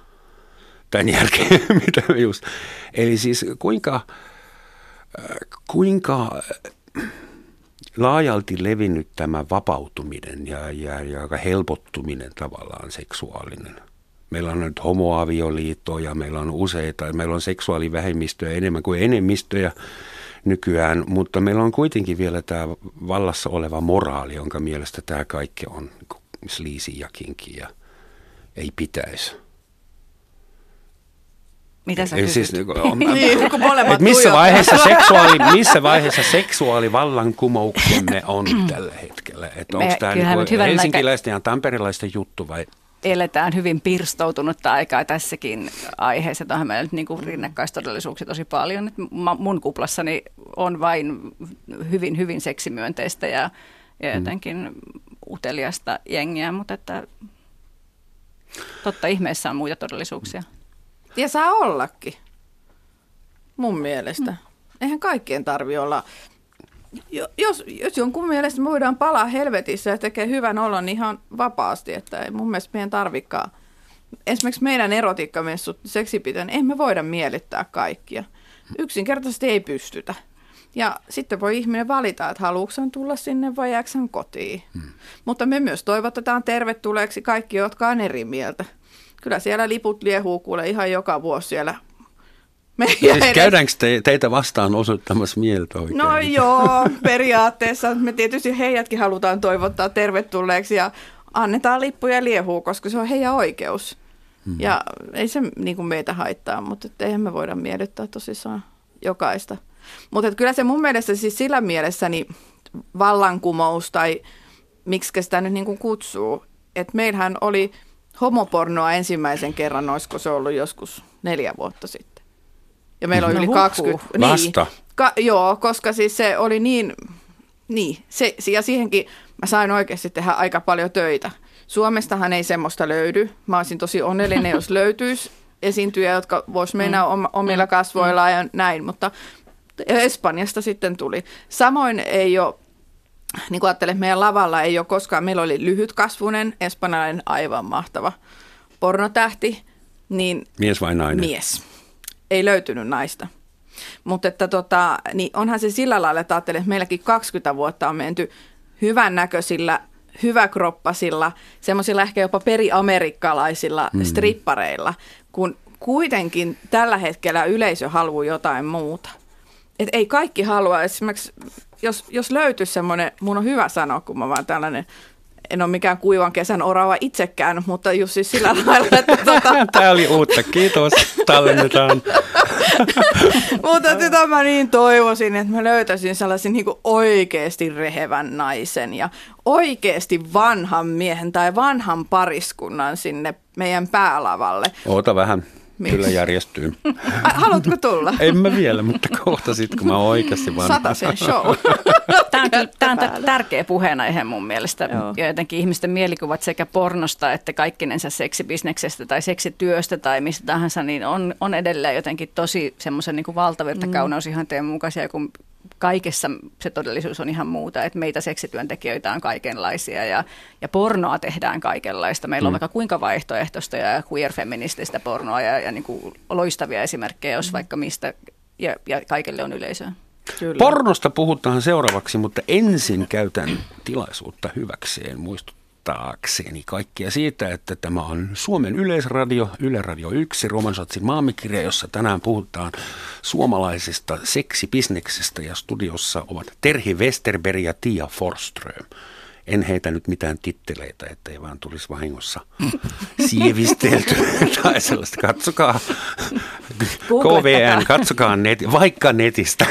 Tämän jälkeen, mitä me just. Eli siis kuinka, kuinka laajalti levinnyt tämä vapautuminen ja, ja, ja helpottuminen tavallaan seksuaalinen. Meillä on nyt homoavioliittoja, meillä on useita, meillä on seksuaalivähemmistöjä enemmän kuin enemmistöjä nykyään, mutta meillä on kuitenkin vielä tämä vallassa oleva moraali, jonka mielestä tämä kaikki on sliisi ja kinki ja ei pitäisi. Mitä sä kysyt? Siis, on, niin, kun molemmat missä, vaiheessa seksuaali, missä vaiheessa seksuaalivallankumouksemme on tällä hetkellä? Että onko tämä niin helsinkiläisten ja tamperilaisten juttu vai? eletään hyvin pirstoutunutta aikaa tässäkin aiheessa. Onhan meillä nyt niin kuin rinnakkaistodellisuuksia tosi paljon. Mun kuplassani on vain hyvin, hyvin seksimyönteistä ja, ja jotenkin uteliasta jengiä, mutta että totta ihmeessä on muita todellisuuksia. Ja saa ollakin, mun mielestä. Mm. Eihän kaikkien tarvitse olla. Jos, jos jonkun mielestä me voidaan palaa helvetissä ja tekee hyvän olon niin ihan vapaasti, että ei mun mielestä meidän tarvikaan. Esimerkiksi meidän erotiikkamessut, seksipitön, emme me voida miellyttää kaikkia. Yksinkertaisesti ei pystytä. Ja sitten voi ihminen valita, että haluuko hän tulla sinne vai jääkö hän kotiin. Hmm. Mutta me myös toivotetaan tervetulleeksi kaikki, jotka on eri mieltä. Kyllä siellä liput liehuu kuule ihan joka vuosi siellä. Siis käydäänkö te, teitä vastaan osoittamassa mieltä oikein? No joo, periaatteessa. Me tietysti heidätkin halutaan toivottaa tervetulleeksi ja annetaan lippuja liehuu, koska se on heidän oikeus. Hmm. Ja ei se niin kuin meitä haittaa, mutta eihän me voida miellyttää tosissaan jokaista. Mutta kyllä se mun mielestä siis sillä mielessä niin vallankumous tai miksi sitä nyt niin kuin kutsuu, että meillähän oli homopornoa ensimmäisen kerran, olisiko se ollut joskus neljä vuotta sitten. Ja meillä on no, yli kaksikymmentä. Niin, vasta. Ka, joo, koska siis se oli niin, niin se, ja siihenkin mä sain oikeasti tehdä aika paljon töitä. Suomestahan ei semmoista löydy. Mä olisin tosi onnellinen, jos löytyisi esiintyjä, jotka vois mennä mm. omilla kasvoillaan ja näin, mutta Espanjasta sitten tuli. Samoin ei ole, niin kuin ajattelen, meidän lavalla ei ole koskaan, meillä oli lyhytkasvuinen, espanjalainen aivan mahtava pornotähti. Niin mies vai nainen? Mies. Ei löytynyt naista. Mutta että tota, niin onhan se sillä lailla, että ajattelen, että meilläkin kaksikymmentä vuotta on menty hyvän näköisillä, hyväkroppasilla, semmoisilla ehkä jopa periamerikkalaisilla mm. strippareilla, kun kuitenkin tällä hetkellä yleisö haluaa jotain muuta. Et ei kaikki halua, esimerkiksi jos, jos löytyisi semmoinen, mun on hyvä sanoa, kun mä vaan tällainen, en ole mikään kuivan kesän orava itsekään, mutta just siis sillä lailla, että tota... Tämä oli uutta, kiitos, tallennetaan. Mutta tätä mä niin toivoisin, että mä löytäisin sellaisen niin kuin oikeasti rehevän naisen ja oikeasti vanhan miehen tai vanhan pariskunnan sinne meidän päälavalle. Oota vähän. Miksi? Kyllä järjestyy. Haluatko tulla? En mä vielä, mutta kohta sitten, kun mä oon oikeasti vanha. Satasen show. Tämä on, tämä on tärkeä puheenaihe mun mielestä. Joo. Ja jotenkin ihmisten mielikuvat sekä pornosta että kaikkinensa seksibisneksestä tai seksityöstä tai mistä tahansa, niin on, on edelleen jotenkin tosi semmoisen niin kuin valtavirtakauneus'ihanteen mukaisia, kun kaikessa se todellisuus on ihan muuta, että meitä seksityöntekijöitä on kaikenlaisia ja, ja pornoa tehdään kaikenlaista. Meillä on mm. vaikka kuinka vaihtoehtoista ja queer-feminististä pornoa ja, ja niin kuin loistavia esimerkkejä, jos vaikka mistä, ja, ja kaikille on yleisöä. Kyllä. Pornosta puhutaan seuraavaksi, mutta ensin käytän tilaisuutta hyväkseen muistuttaakseni kaikkia siitä, että tämä on Suomen Yleisradio, Yle Radio yksi, Roman Schatzin maamikirja, jossa tänään puhutaan suomalaisesta seksibisneksestä ja studiossa ovat Terhi Westerberg ja Tia Forsström. En heitä nyt mitään titteleitä, ettei vaan tulisi vahingossa sievistelty tai sellaista. Katsokaa K V N, katsokaa net, vaikka netistä.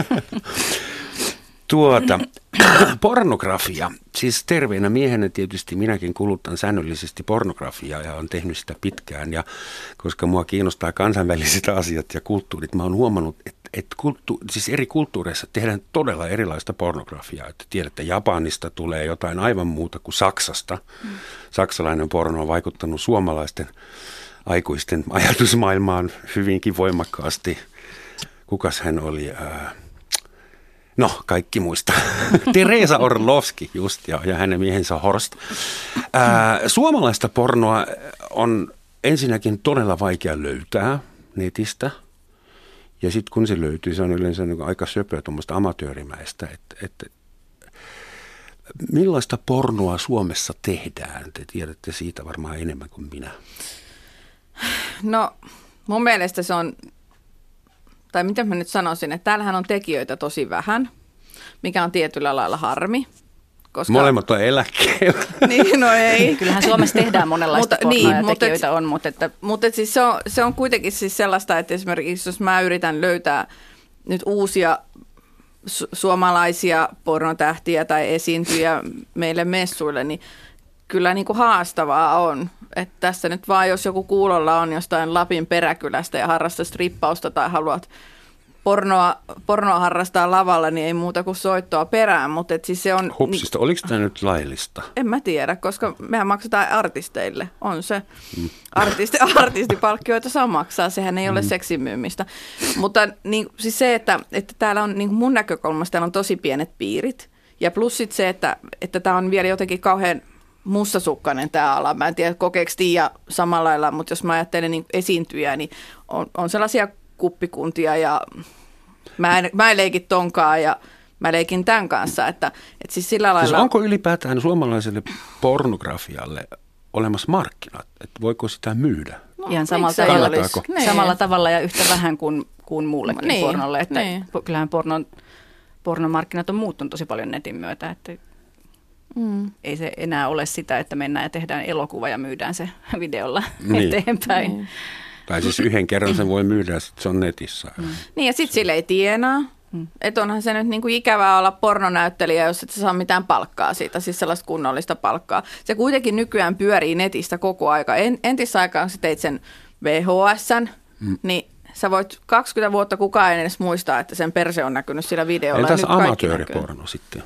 Tuota, pornografia. Siis terveenä miehenä tietysti minäkin kulutan säännöllisesti pornografiaa ja olen tehnyt sitä pitkään. Ja koska mua kiinnostaa kansainväliset asiat ja kulttuurit, mä oon huomannut, että, että kulttu, siis eri kulttuureissa tehdään todella erilaista pornografiaa. Että tiedätte, Japanista tulee jotain aivan muuta kuin Saksasta. Mm. Saksalainen porno on vaikuttanut suomalaisten aikuisten ajatusmaailmaan hyvinkin voimakkaasti. Kukas hän oli? Ää, No, kaikki muista. Teresa Orlovski just ja, ja hänen miehensä Horst. Ää, suomalaista pornoa on ensinnäkin todella vaikea löytää netistä. Ja sitten kun se löytyy, se on yleensä aika söpöä tuommoista amatöörimäistä. Et, et, millaista pornoa Suomessa tehdään? Te tiedätte siitä varmaan enemmän kuin minä. No, mun mielestä se on... Tai miten mä nyt sanoisin, että täällähän on tekijöitä tosi vähän, mikä on tietyllä lailla harmi. Koska... Molemmat on eläkkeellä. Niin, no ei. Kyllähän Suomessa tehdään monenlaista pornoa niin, ja mutta tekijöitä et, on. Mutta, että... mutta et siis se, on, se on kuitenkin siis sellaista, että esimerkiksi jos mä yritän löytää nyt uusia su- suomalaisia pornotähtiä tai esiintyjä meille messuille, niin kyllä niin kuin haastavaa on. Että tässä nyt vaan, jos joku kuulolla on jostain Lapin peräkylästä ja harrastaa strippausta tai haluat pornoa, pornoa harrastaa lavalla, niin ei muuta kuin soittoa perään. Mutta siis se on, Hupsista, oliko tämä nyt laillista? En mä tiedä, koska mehän maksetaan artisteille. On se. Mm. Artisti, artistipalkkioita saa maksaa, sehän ei ole mm. seksin myymistä. Mutta niin, siis se, että, että täällä on niin mun näkökulmasta täällä on tosi pienet piirit. Ja plus sit se, että, että tämä on vielä jotenkin kauhean mustasukkainen tämä ala. Mä en tiedä, kokeeko Tiia samalla lailla, mutta jos mä ajattelen niin esiintyjää, niin on, on sellaisia kuppikuntia ja mä en, mä en leiki tonkaan ja mä leikin tämän kanssa. Että, että siis sillä lailla... Siis onko ylipäätään suomalaiselle pornografialle olemassa markkinat? Että voiko sitä myydä? No, ihan samalla tavalla, samalla tavalla ja yhtä vähän kuin, kuin muullekin niin, pornolle. Että niin. Kyllähän pornon, pornomarkkinat on muuttunut tosi paljon netin myötä, että mm. ei se enää ole sitä, että mennään ja tehdään elokuva ja myydään se videolla niin. eteenpäin. Niin. Tai siis yhden kerran sen voi myydä ja sitten se on netissä. Mm. Niin ja sitten sille ei tienaa. Mm. Että onhan se nyt niinku ikävää olla pornonäyttelijä, jos et sä saa mitään palkkaa siitä, siis sellaista kunnollista palkkaa. Se kuitenkin nykyään pyörii netistä koko aika. En, entisessä aikaan, kun sä teit sen V H S:n, mm. niin sä voit kaksikymmentä vuotta kukaan ei edes muistaa, että sen perse on näkynyt sillä videolla. Entäs amatööriporno sitten?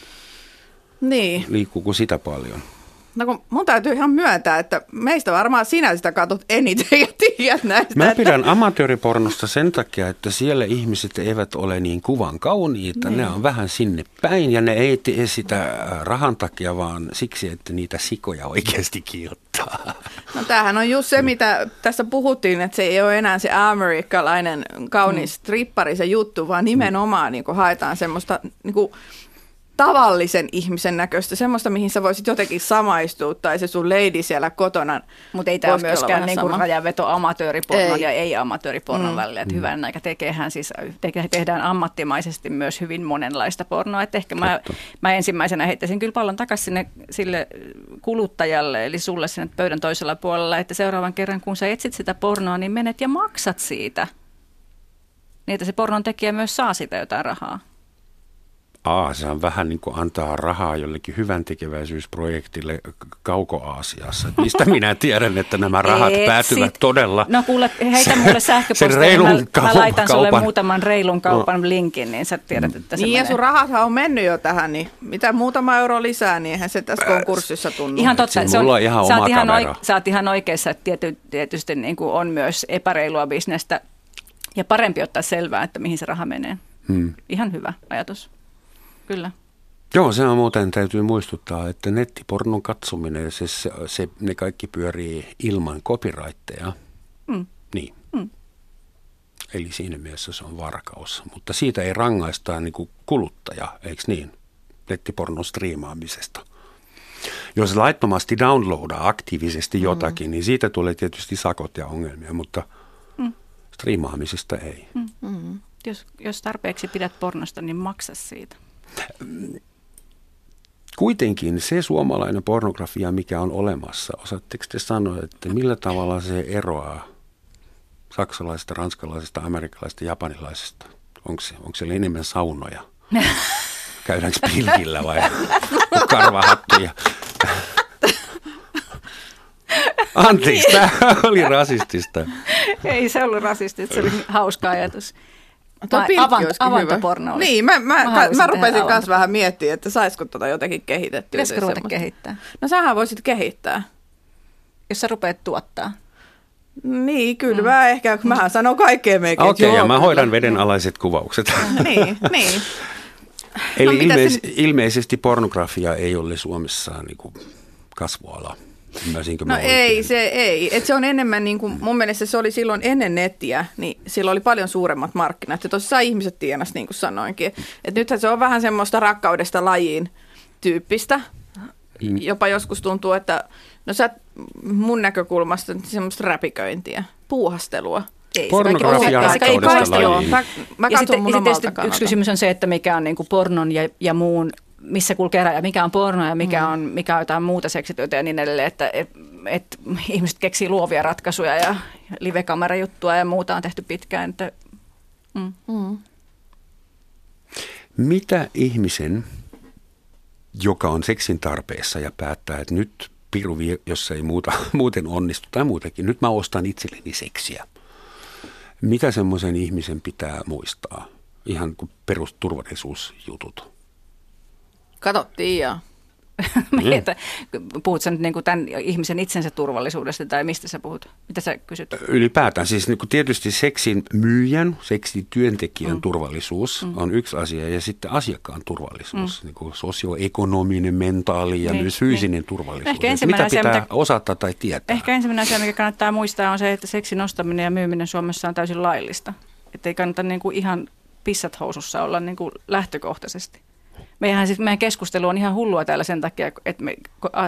Niin. Liikkuuko sitä paljon? No kun mun täytyy ihan myöntää, että meistä varmaan sinä sitä katsot eniten ja tiedät näistä. Mä että... pidän amatööripornosta sen takia, että siellä ihmiset eivät ole niin kuvan kauniita. Niin. Ne on vähän sinne päin ja ne ei tee sitä rahan takia, vaan siksi, että niitä sikoja oikeasti kiilottaa. No tämähän on just se, mitä tässä puhuttiin, että se ei ole enää se amerikkalainen kaunis mm. strippari se juttu, vaan nimenomaan niin kuin haetaan semmoista... Niin kuin tavallisen ihmisen näköistä, semmoista, mihin sä voisit jotenkin samaistua, tai se sun lady siellä kotona. Mutta ei tämä ole myöskään niinku rajanveto amatööripornon ei. ja ei-amatööripornon mm. välillä. Että mm. hyvän aika tekehän siis, tehdään ammattimaisesti myös hyvin monenlaista pornoa. Että ehkä mä, mä ensimmäisenä heittäisin kyllä pallon takaisin sinne sille kuluttajalle, eli sulle sinne pöydän toisella puolella, että seuraavan kerran, kun sä etsit sitä pornoa, niin menet ja maksat siitä. Niin, että se pornon tekijä myös saa sitä jotain rahaa. Aa, se on vähän niin kuin antaa rahaa jollekin hyvän tekeväisyysprojektille Kauko-Aasiassa. Mistä minä tiedän, että nämä rahat Et päätyvät sit, todella... No kuule, heitä mulle sähköpostia, mä, kaup- mä laitan kaupan. sulle muutaman reilun kaupan no. linkin, niin sä tiedät, että se Niin menee. Ja sun rahathan on mennyt jo tähän, niin mitä muutama euro lisää, niin eihän se tässä konkurssissa tunnu. Ihan totta, se on, on ihan sä, oma oot ihan kamera. oike, sä oot ihan oikeassa, että tiety, tietysti niin kuin on myös epäreilua bisnestä ja parempi ottaa selvää, että mihin se raha menee. Hmm. Ihan hyvä ajatus. Kyllä. Joo, se on muuten täytyy muistuttaa, että nettipornon katsominen, se, se, ne kaikki pyörii ilman copyrightteja. Mm. Niin. Mm. Eli siinä mielessä se on varkaus. Mutta siitä ei rangaista niin kuin kuluttaja, eikö niin? Nettipornon striimaamisesta. Jos laittomasti downloadaa aktiivisesti jotakin, mm. niin siitä tulee tietysti sakot ja ongelmia, mutta mm. striimaamisesta ei. Mm. Mm. Jos, jos tarpeeksi pidät pornosta, niin maksa siitä. Kuitenkin se suomalainen pornografia, mikä on olemassa, osaatteko te sanoa, että millä tavalla se eroaa saksalaisesta, ranskalaisesta, amerikkalaisesta, japanilaisesta? Onko, se, onko siellä enemmän saunoja? Käydäänkö pilkillä vai karvahattuja? Anteeksi, tämä oli rasistista. Ei se ollut rasistista, se oli hauska ajatus. Tuo Avant, avantoporno oli. Niin, mä, mä, mä, mä rupesin myös vähän miettimään, että saisiko tuota jotenkin kehitettyä. Pitäisikö ruveta kehittää? No sähän voisit kehittää. Jos sä rupeat tuottaa. Niin, kyllä. Mm. Mä ehkä, mähän sanon kaikkea meikin. Okei, okay, ja mä hoidan vedenalaiset kuvaukset. niin, niin. Eli no, ilmeis, ilmeisesti pornografia ei ole Suomessa niin kuin kasvuala. No ei, se ei. Et se on enemmän, niin kuin, mun mielestä se oli silloin ennen nettiä, niin silloin oli paljon suuremmat markkinat. Ja tosissaan ihmiset tienasi, niin kuin sanoinkin. Et nythän se on vähän semmoista rakkaudesta lajiin tyyppistä. Mm. Jopa joskus tuntuu, että no sä mun näkökulmasta semmoista räpiköintiä, puuhastelua. Ei, pornografia rakkaudesta lajiin. Mä, mä katson mun omalta kannalta. Yksi kysymys on se, että mikä on niin kuin pornon ja, ja muun, missä kulkee raja, mikä on porno ja mikä on, mikä on jotain muuta seksityötä ja niin edelleen, että et, et, ihmiset keksii luovia ratkaisuja ja live-kamerajuttua ja muuta on tehty pitkään. Että, mm. Mm. Mitä ihmisen, joka on seksin tarpeessa ja päättää, että nyt piruvi, jos ei muuta, muuten onnistu tai muutenkin. Nyt mä ostan itselleni seksiä. Mitä semmoisen ihmisen pitää muistaa? Ihan kuin perusturvallisuusjutut. Katsottiin ja... Mietä, puhutko sä nyt niin kuin tämän ihmisen itsensä turvallisuudesta tai mistä sä puhut? Mitä sä kysyt? Ylipäätään siis niin kuin tietysti seksin myyjän, seksin työntekijän mm. turvallisuus mm. on yksi asia ja sitten asiakkaan turvallisuus, mm. niin kuin sosioekonominen, mentaali ja niin, myös fyysinen niin. turvallisuus. Mitä asia, pitää mitä, osata tai tietää? Ehkä ensimmäinen asia, mikä kannattaa muistaa on se, että seksin ostaminen ja myyminen Suomessa on täysin laillista. Että ei kannata niin kuin ihan pissat housussa olla niin kuin lähtökohtaisesti. Meidän, siis, meidän keskustelu on ihan hullua täällä sen takia, että me,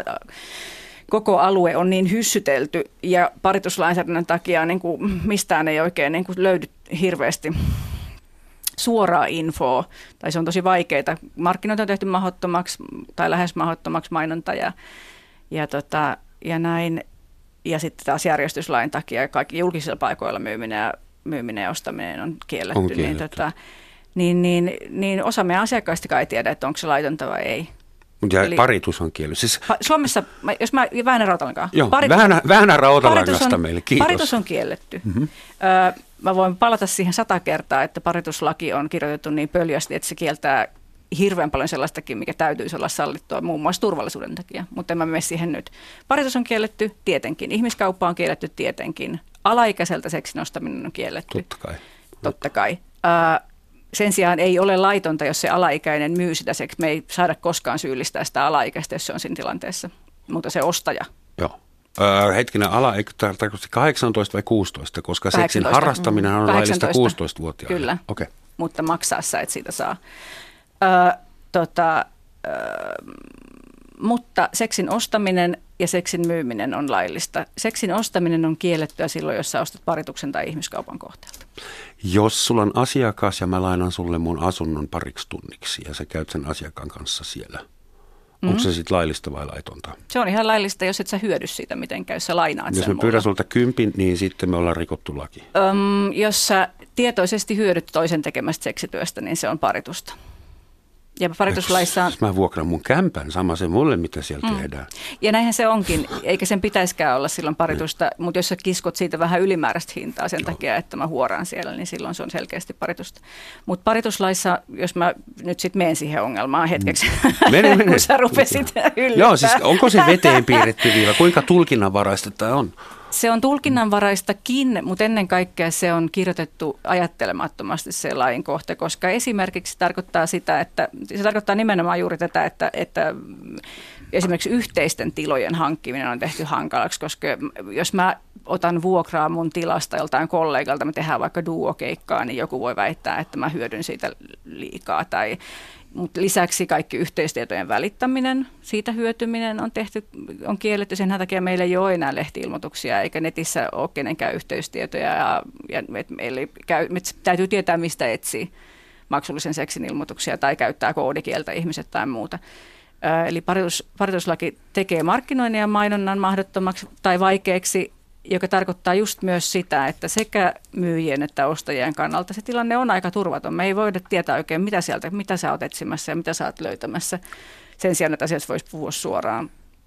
koko alue on niin hyssytelty ja parituslainsäädännön takia niin kuin mistään ei oikein niin kuin löydy hirveästi suoraa infoa. Tai se on tosi vaikeaa. Markkinoita on tehty mahdottomaksi tai lähes mahdottomaksi mainonta ja, ja, tota, ja näin. Ja sitten taas järjestyslain takia kaikki julkisilla paikoilla myyminen ja, myyminen ja ostaminen on kielletty. On kielletty. Niin, tota, Niin, niin, niin osa meidän asiakkaista ei tiedä, että onko se laitonta vai ei. Ja Eli, paritus on kielletty. Siis, Suomessa, jos mä Väänä Rautalankaan. Joo, Väänä Rautalangasta meille, kiitos. Paritus on kielletty. Mm-hmm. Öö, mä voin palata siihen sata kertaa, että parituslaki on kirjoitettu niin pöljästi, että se kieltää hirveän paljon sellaistakin, mikä täytyisi olla sallittua muun muassa turvallisuuden takia. Mutta en mä mene siihen nyt. Paritus on kielletty tietenkin. Ihmiskauppa on kielletty tietenkin. Alaikäiseltä seksin ostaminen on kielletty. Totta kai. Totta kai. Öö, Sen sijaan ei ole laitonta, jos se alaikäinen myy sitä seksi. Me ei saada koskaan syyllistää sitä alaikäistä, jos se on siinä tilanteessa, mutta se ostaja. Joo. Öö, hetkinen, ala, eikö tarkoitus kahdeksantoista vai kuusitoista, koska seksin harrastaminen on laillista kuusitoistavuotiaille. Kyllä, okay. Mutta maksaa sä et siitä saa. Öö, tota, öö, mutta seksin ostaminen ja seksin myyminen on laillista. Seksin ostaminen on kiellettyä silloin, jos sä ostat parituksen tai ihmiskaupan kohteelta. Jos sulla on asiakas ja mä lainan sulle mun asunnon pariksi tunniksi ja sä käyt sen asiakkaan kanssa siellä, mm-hmm. onko se sitten laillista vai laitonta? Se on ihan laillista, jos et sä hyödy siitä mitenkään, jos sä lainaat jos sen mä pyydän sulta kympin, niin sitten me ollaan rikottu laki. Öm, jos sä tietoisesti hyödyt toisen tekemästä seksityöstä, niin se on paritusta. Ja parituslaissa on... Mä vuokran mun kämpän, sama se mulle, mitä siellä mm. tehdään. Ja näinhän se onkin, eikä sen pitäisikään olla silloin paritusta, mm. mutta jos sä kiskot siitä vähän ylimääräistä hintaa sen Joo. takia, että mä huoraan siellä, niin silloin se on selkeästi paritusta. Mutta parituslaissa, jos mä nyt sitten menen siihen ongelmaan hetkeksi, mene, mene. kun sä rupesit yllättää. Joo, siis onko se veteen piirretty viiva? Kuinka tulkinnanvaraista tämä on? Se on tulkinnanvaraistakin, mutta ennen kaikkea se on kirjoitettu ajattelemattomasti se lain kohta, koska esimerkiksi se tarkoittaa sitä, että se tarkoittaa nimenomaan juuri tätä, että, että esimerkiksi yhteisten tilojen hankkiminen on tehty hankalaksi, koska jos mä otan vuokraa mun tilasta joltain kollegalta, me tehdään vaikka duokeikkaa, niin joku voi väittää, että mä hyödyn siitä liikaa tai mutta lisäksi kaikki yhteistietojen välittäminen, siitä hyötyminen on tehty, on kielletty. Sen takia meillä ei ole enää lehti-ilmoituksia eikä netissä ole kenenkään yhteystietoja. Ja, ja me, meillä käy, me täytyy tietää, mistä etsii maksullisen seksin ilmoituksia tai käyttää koodikieltä ihmiset tai muuta. Ö, eli paritus, parituslaki tekee markkinoinnin ja mainonnan mahdottomaksi tai vaikeaksi, joka tarkoittaa just myös sitä, että sekä myyjien että ostajien kannalta se tilanne on aika turvaton. Me ei voida tietää oikein, mitä sieltä, mitä sä oot etsimässä ja mitä sä oot löytämässä. Sen sijaan, että asiasta voisi puhua suoraan.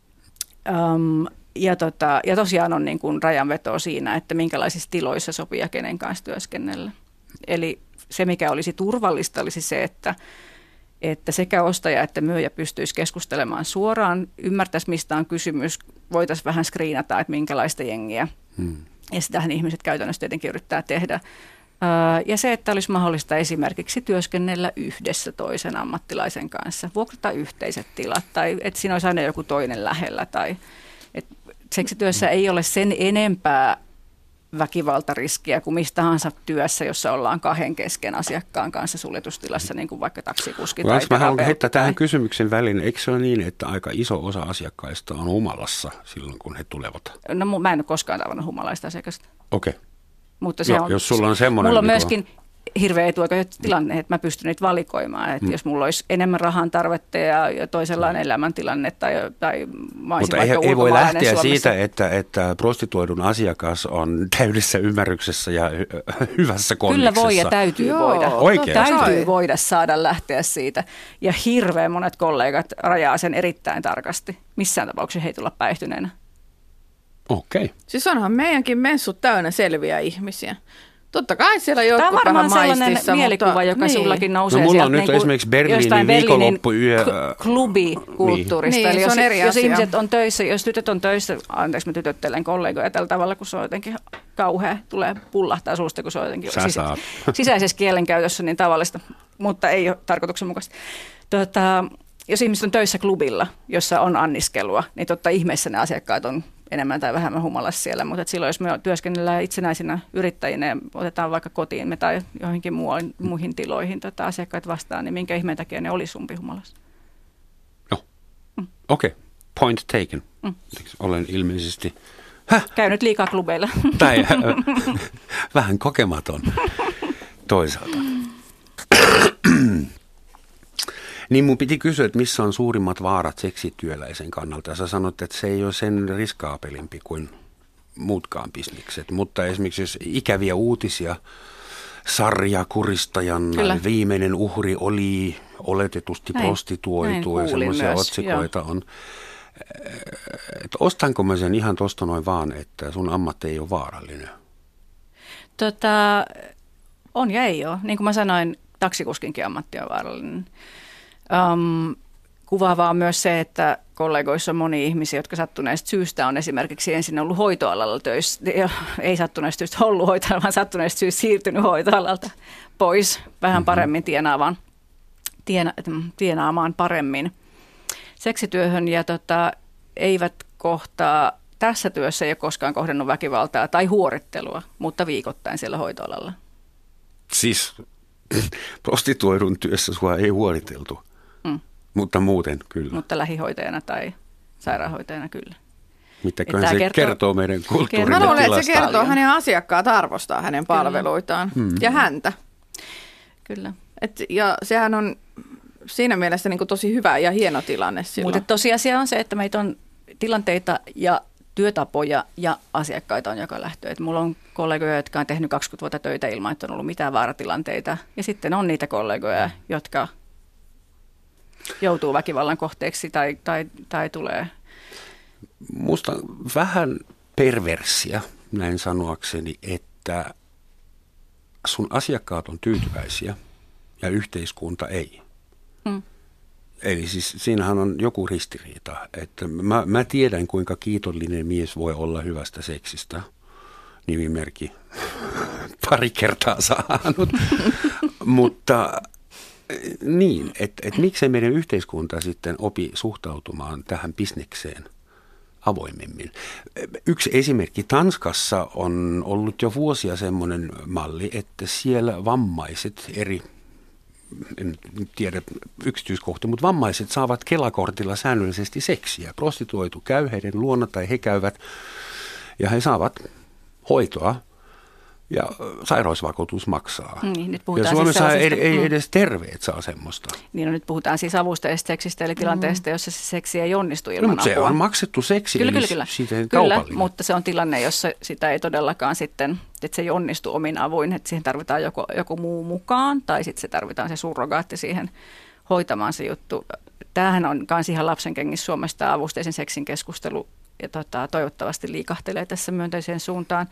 Um, ja, tota, ja tosiaan on niin kuin rajanveto siinä, että minkälaisissa tiloissa sopii ja kenen kanssa työskennellä. Eli se, mikä olisi turvallista, olisi se, että että sekä ostaja että myyjä pystyisi keskustelemaan suoraan, ymmärtäisi mistä on kysymys, voitaisiin vähän screenata, että minkälaista jengiä. Hmm. Ja sitähän ihmiset käytännössä tietenkin yrittää tehdä. Ja se, että olisi mahdollista esimerkiksi työskennellä yhdessä toisen ammattilaisen kanssa, vuokrata yhteiset tilat tai että siinä olisi aina joku toinen lähellä. Tai, että seksityössä ei ole sen enempää väkivaltariskiä kuin mistä tahansa työssä, jossa ollaan kahden kesken asiakkaan kanssa suljetustilassa, niin kuin vaikka taksikuski tai terapeutti. Mä haluan heittää tähän kysymyksen väliin. Eikö se ole niin, että aika iso osa asiakkaista on humalassa silloin, kun he tulevat? No mä en ole koskaan tavannut humalaista asiakasta. Okei. Okay. Mutta se jo, on, jos sulla on semmoinen... Mulla on niin myöskin, hirveän etuoikeutettu että mä pystyn niitä valikoimaan. Että mm. jos mulla olisi enemmän rahan tarvetta ja, ja toisenlainen elämäntilanne tai, tai mä olisin Mutta vaikka ei, ei voi lähteä Suomessa. siitä, että, että prostituoidun asiakas on täydessä ymmärryksessä ja hy- hyvässä kondiksessa. Kyllä voi ja täytyy Joo, voida. Oikeasti. Täytyy voida saada lähteä siitä. Ja hirveän monet kollegat rajaa sen erittäin tarkasti. Missään tapauksessa he ei tulla päihtyneenä. Okei. Okay. Siis onhan meidänkin messut täynnä selviä ihmisiä. Totta kai siellä Tämä jotkut on varmaan vähän sellainen maistissa, mielikuva, mutta, joka niin. sullakin nousee No mulla on sieltä nyt niin esimerkiksi Berliinin jostain Berliinin viikonloppuyö- kl- klubikulttuurista. Niin. Eli Niin, jos, se on eri jos asia. ihmiset on töissä, jos tytöt on töissä, anteeksi mä tytöttelen kollegoja tällä tavalla, kun se on jotenkin kauhea, tulee pullahtaa suusta, kun se on jotenkin Sä sis- saat. sisäisessä kielenkäytössä niin tavallista, mutta ei ole tarkoituksenmukaista. Tota, jos ihmiset on töissä klubilla, jossa on anniskelua, niin totta ihmeessä ne asiakkaat on enemmän tai vähemmän humalassa siellä, mutta silloin jos me työskennellään itsenäisinä yrittäjinä ja otetaan vaikka kotiin me tai johonkin muualle, muihin tiloihin tota asiakkaat vastaan, niin minkä ihmeen takia ne oli sumpihumalassa? No, mm. okei. Okay. Point taken. Mm. Olen ilmeisesti Häh? Käynyt liikaa klubeilla. Tai äh, vähän kokematon toisaalta. Niin mun piti kysyä, että missä on suurimmat vaarat seksityöläisen kannalta. Ja sä sanoit, että se ei ole sen riskaapelimpi kuin muutkaan bisnikset. Mutta esimerkiksi jos ikäviä uutisia, sarja kuristajan Kyllä. viimeinen uhri oli oletetusti Näin. prostituoitu Näin ja kuulin semmoisia myös, otsikoita on. Että ostanko mä sen ihan tosta noin vaan, että sun ammatti ei ole vaarallinen? Tota, on ja ei ole. Niin kuin mä sanoin, taksikuskinkin ammatti on vaarallinen. Um, kuvaavaa on myös se, että kollegoissa on moni ihmisiä, jotka sattuneesta syystä on esimerkiksi ensin ollut hoitoalalla töissä. Ei sattuneesta syystä ollut hoitoalalla, vaan sattuneesta syystä siirtynyt hoitoalalta pois vähän paremmin tienaamaan, tiena, tienaamaan paremmin seksityöhön. Ja tota, eivät kohtaa, tässä työssä ei ole koskaan kohdannut väkivaltaa tai huorittelua, mutta viikoittain siellä hoitoalalla. Siis prostituoidun työssä sua ei huoriteltu, mm. mutta muuten kyllä. Mutta lähihoitajana tai sairaanhoitajana kyllä. Mitäköhän se kertoo, kertoo meidän kulttuurimme Mä luulen, tilasta. että se kertoo paljon. Hänen asiakkaat arvostaa hänen palveluitaan mm. ja häntä. Kyllä. Et, ja sehän on siinä mielessä niin kuin tosi hyvä ja hieno tilanne silloin. Mutta tosiasia on se, että meitä on tilanteita ja työtapoja ja asiakkaita on joka lähtö. Et mulla on kollegoja, jotka on tehnyt kaksikymmentä vuotta töitä ilman, että on ollut mitään vaaratilanteita. Ja sitten on niitä kollegoja, jotka joutuu väkivallan kohteeksi tai, tai, tai tulee. Musta vähän perversia, näin sanoakseni, että sun asiakkaat on tyytyväisiä ja yhteiskunta ei. Mm. Eli siis siinähän on joku ristiriita, että mä, mä tiedän kuinka kiitollinen mies voi olla hyvästä seksistä, nimimerkki pari kertaa saanut, mutta niin, että et miksei meidän yhteiskunta sitten opi suhtautumaan tähän bisnekseen avoimemmin. Yksi esimerkki, Tanskassa on ollut jo vuosia semmoinen malli, että siellä vammaiset eri en tiedä yksityiskohtia, mutta vammaiset saavat Kela-kortilla säännöllisesti seksiä. Prostituoitu käy heidän luona tai he käyvät ja he saavat hoitoa ja sairausvakuutus maksaa. Niin, nyt ja Suomessa siis ei, ei edes terveet saa semmoista. Niin, no nyt puhutaan siis avusteisesta seksistä, eli tilanteesta, jossa se seksi ei onnistu ilman no, mutta apua. Se on maksettu seksi, kyllä, eli kyllä, kyllä. siitä kyllä, kaupallinen. Mutta se on tilanne, jossa sitä ei todellakaan sitten, että se ei onnistu omin avuin, että siihen tarvitaan joko, joku muu mukaan, tai sitten se tarvitaan se surrogaatti siihen hoitamaan se juttu. Tämähän on myös ihan lapsenkengissä Suomessa tämä avusteisen seksin keskustelu, ja tota, toivottavasti liikahtelee tässä myönteiseen suuntaan.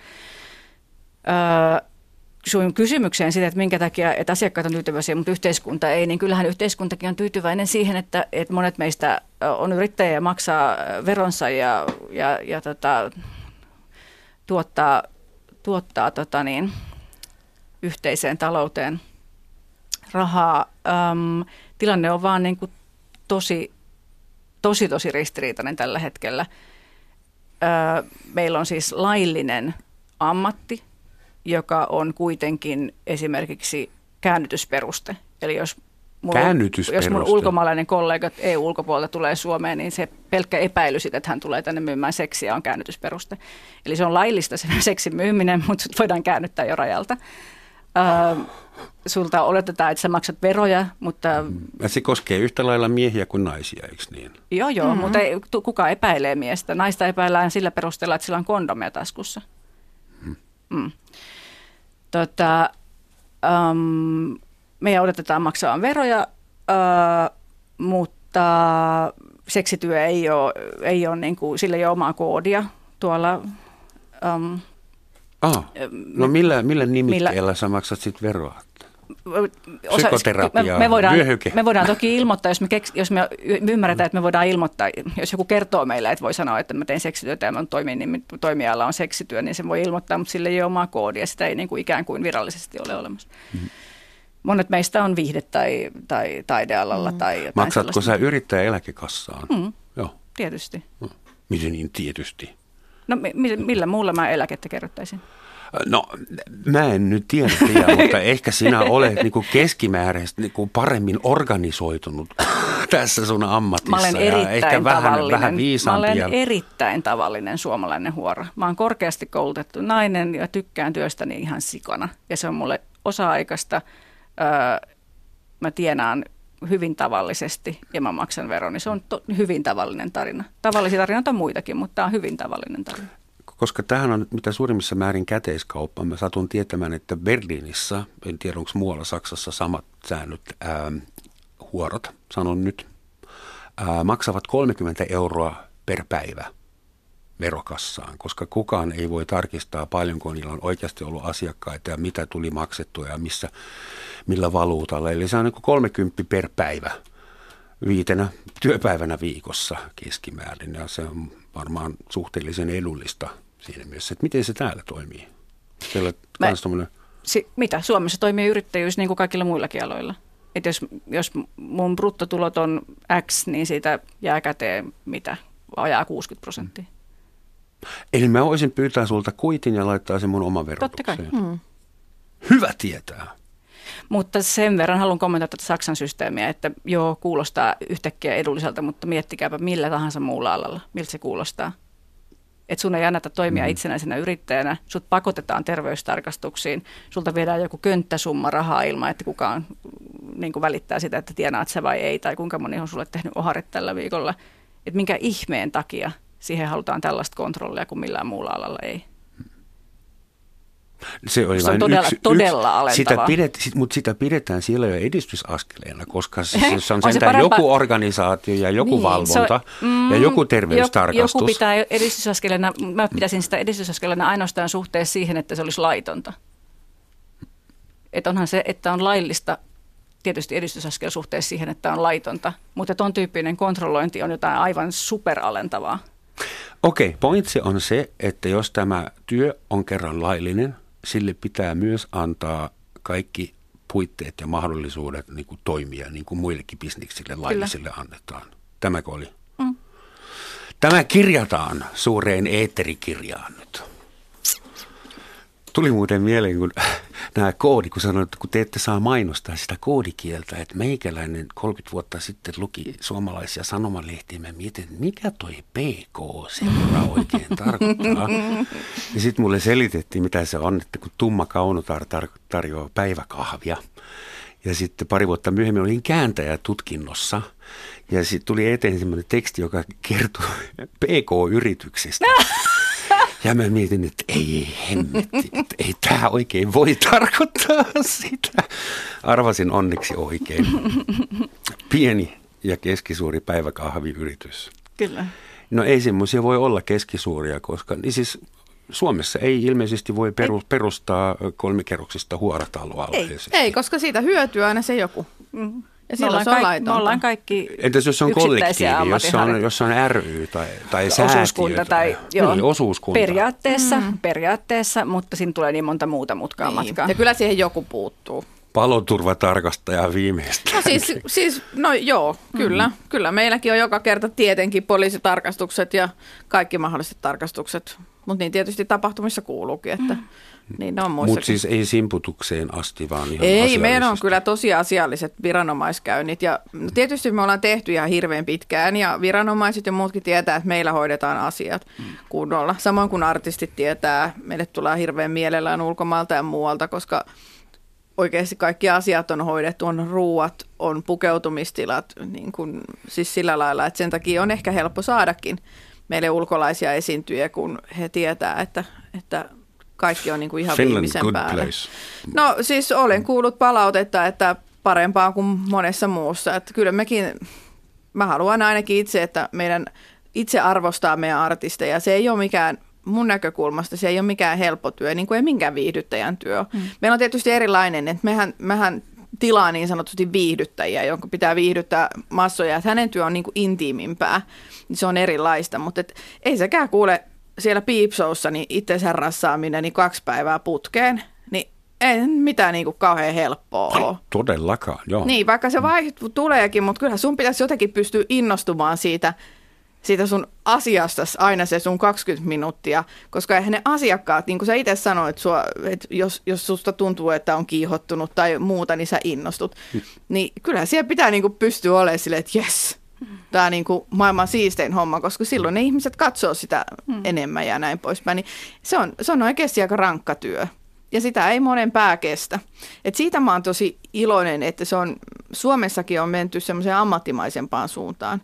Öö, sun kysymykseen siitä, että minkä takia että asiakkaat on tyytyväisiä, mutta yhteiskunta ei, niin kyllähän yhteiskuntakin on tyytyväinen siihen, että, että monet meistä on yrittäjiä ja maksaa veronsa ja, ja, ja tota, tuottaa, tuottaa tota niin, yhteiseen talouteen rahaa. Öm, tilanne on vaan niin kuin tosi, tosi, tosi ristiriitainen tällä hetkellä. Öö, meillä on siis laillinen ammatti, joka on kuitenkin esimerkiksi käännytysperuste. Eli jos mun, jos mun ulkomaalainen kollega E U-ulkopuolelta tulee Suomeen, niin se pelkkä epäily siitä, että hän tulee tänne myymään seksiä, on käännytysperuste. Eli se on laillista se seksin myyminen, mutta voidaan käännyttää jo rajalta. Ää, sulta odotetaan, että sä maksat veroja, mutta... Ja se koskee yhtä lailla miehiä kuin naisia, eikö niin? Joo, joo, mm-hmm. mutta ei, kuka epäilee miestä? Naista epäillään sillä perusteella, että sillä on kondomia taskussa. Mm. Mm. Tota, um, meidän odotetaan maksavan veroja, uh, mutta seksityö ei ole, ei ole niin kuin, sillä ei ole omaa koodia tuolla... Um, ah, no millä, millä nimikkeellä millä, sä maksat sitten veroa? Osa, Psykoterapia, me, me, voidaan, vyöhyke. me voidaan toki ilmoittaa, jos me, keks, jos me ymmärretään, että me voidaan ilmoittaa, jos joku kertoo meille, että voi sanoa, että mä teen seksityötä ja mun toimin, niin toimiala on seksityö, niin se voi ilmoittaa, mutta sillä ei ole omaa koodia, sitä ei niin kuin ikään kuin virallisesti ole olemassa. Mm-hmm. Monet meistä on viihde- tai, tai taidealalla mm. tai jotain Maksatko sellaista. sä yrittäjäeläkekassaan? Mm. Joo. Tietysti. Mm. Miten niin tietysti? No millä muulla mä eläkettä kerrottaisin? No mä en nyt tiedä, tiedä mutta ehkä sinä olet niinku keskimääräisesti niinku paremmin organisoitunut tässä sun ammatissa. Mä olen ja ehkä vähän, vähän viisaampi. Mä olen ja... erittäin tavallinen suomalainen huora. Mä oon korkeasti koulutettu nainen ja tykkään työstäni ihan sikana. Ja se on mulle osa-aikaista. Öö, mä tienaan hyvin tavallisesti ja mä maksan veroni. Se on to- hyvin tavallinen tarina. Tavallisia tarinoita on muitakin, mutta tämä on hyvin tavallinen tarina. Koska tämähän on mitä suurimmissa määrin käteiskauppa. Mä satun tietämään, että Berliinissä, en tiedä onko muualla Saksassa samat säännöt, ää, huorot, sanon nyt, ää, maksavat kolmekymmentä euroa per päivä verokassaan, koska kukaan ei voi tarkistaa paljonko niillä on oikeasti ollut asiakkaita ja mitä tuli maksettua ja missä, millä valuutalla. Eli se on niin kuin kolmekymmentä per päivä viitenä työpäivänä viikossa keskimäärin ja se on varmaan suhteellisen edullista siinä mielessä, että miten se täällä toimii. Siellä Mä, tommoinen... si, mitä? Suomessa toimii yrittäjyys niin kuin kaikilla muillakin aloilla. Et jos, jos mun bruttotulot on X, niin siitä jää käteen mitä? Vajaa kuusikymmentä prosenttia. Eli mä voisin pyytää sulta kuitin ja laittaa sen mun oman verotukseen. Totta kai. Hmm. Hyvä tietää. Mutta sen verran haluan kommentoida tätä Saksan systeemiä, että joo, kuulostaa yhtäkkiä edulliselta, mutta miettikääpä millä tahansa muulla alalla, miltä se kuulostaa. Että sun ei anneta toimia mm. itsenäisenä yrittäjänä, sut pakotetaan terveystarkastuksiin, sulta viedään joku könttäsumma rahaa ilman, että kukaan niin kuin välittää sitä, että tienaat sä vai ei, tai kuinka moni on sulle tehnyt oharit tällä viikolla. Että minkä ihmeen takia siihen halutaan tällaista kontrollia, kun millään muulla alalla ei. Se, oli se on todella, yksi, todella alentavaa. Sitä pidet, sit, mutta sitä pidetään siellä jo edistysaskeleena, koska se, se on on sentään se parempa... joku organisaatio ja joku niin, valvonta on, mm, ja joku terveystarkastus. Joku pitää edistysaskeleena, mä pitäisin sitä edistysaskeleena ainoastaan suhteessa siihen, että se olisi laitonta. Että onhan se, että on laillista, tietysti edistysaskel suhteessa siihen, että on laitonta, mutta ton tyyppinen kontrollointi on jotain aivan superalentavaa. Okei, pointsi on se, että jos tämä työ on kerran laillinen, sille pitää myös antaa kaikki puitteet ja mahdollisuudet niin kuin toimia, niin kuin muillekin bisniksille laillisille annetaan. Tämäkö oli? Mm. Tämä kirjataan suureen eetterikirjaan nyt. Tuli muuten mieleen, kun nämä koodi, kun sanoit, että kun te ette saa mainostaa sitä koodikieltä, että meikäläinen kolmekymmentä vuotta sitten luki suomalaisia sanomalehtiä, mä mietin, että mikä toi P K-seura oikein tarkoittaa. Ja sitten mulle selitettiin, mitä se on, että kun Tumma Kaunotar tar- tarjoaa päiväkahvia. Ja sitten pari vuotta myöhemmin olin kääntäjätutkinnossa ja sitten tuli eteen semmoinen teksti, joka kertoi P K-yrityksestä. Ja mä mietin, että ei hemmetti, että ei tämä oikein voi tarkoittaa sitä. Arvasin onneksi oikein. Pieni ja keskisuuri päiväkahviyritys. Kyllä. No ei semmoisia voi olla keskisuuria, koska niin siis Suomessa ei ilmeisesti voi perustaa kolmikerroksista huorataloa. Ei, ei, koska siitä hyötyy aina se joku. Mm. Ja me, ollaan se on kaikki, me ollaan kaikki entäs jos on kollektiivi, jos on, jos on ry tai, tai säätiö? Osuuskunta tai joo, niin, osuuskunta. Periaatteessa, mm. periaatteessa, mutta siinä tulee niin monta muuta mutkaa niin. matkaa. Ja kyllä siihen joku puuttuu. Paloturvatarkastaja viimeistään. No siis, siis no joo, kyllä. Mm. Kyllä meilläkin on joka kerta tietenkin poliisitarkastukset ja kaikki mahdolliset tarkastukset. Mutta niin tietysti tapahtumissa kuuluukin, että mm. niin ne on muissakin. Mutta siis ei simputukseen asti, vaan ihan ei, meillä on kyllä tosi asialliset viranomaiskäynnit. Ja no tietysti me ollaan tehty ihan hirveän pitkään ja viranomaiset ja muutkin tietää, että meillä hoidetaan asiat mm. kunnolla. Samoin kuin artistit tietää, meille tulee hirveän mielellään ulkomailta ja muualta, koska oikeasti kaikki asiat on hoidettu, on ruuat, on pukeutumistilat, niin kuin, siis sillä lailla, että sen takia on ehkä helppo saadakin meille ulkolaisia esiintyjiä, kun he tietää, että, että kaikki on niin kuin ihan Finland, viimeisen good päälle. place. No siis olen kuullut palautetta, että parempaa kuin monessa muussa. Että kyllä mekin, mä haluan ainakin itse, että meidän itse arvostaa meidän artisteja. Se ei ole mikään, mun näkökulmasta se ei ole mikään helppo työ, niin kuin ei minkään viihdyttäjän työ. Mm. Meillä on tietysti erilainen, että mehän, mehän tilaa niin sanotusti viihdyttäjiä, jonka pitää viihdyttää massoja. Että hänen työ on niin kuin intiimimpää, niin se on erilaista, mutta et ei sekään kuule siellä Peep-showssa niin itsensä rassaaminen niin kaksi päivää putkeen, niin ei mitään niin kuin kauhean helppoa ole. Todellakaan, joo. Niin, vaikka se vaihtu tuleekin, mutta kyllähän sun pitäisi jotenkin pystyä innostumaan siitä, siitä sun asiasta aina se sun kaksikymmentä minuuttia, koska eihän ne asiakkaat, niin kuin sä itse sanoit, sua, että jos, jos susta tuntuu, että on kiihottunut tai muuta, niin sä innostut. Hmm. Niin kyllähän siellä pitää niin kuin pystyä olemaan silleen, että jes, tämä on niin kuin maailman siistein homma, koska silloin ne ihmiset katsoo sitä hmm. enemmän ja näin poispäin. Niin se, on, se on oikeasti aika rankka työ. Ja sitä ei monen pää kestä. Et siitä mä oon tosi iloinen, että se on, Suomessakin on menty semmoiseen ammattimaisempaan suuntaan.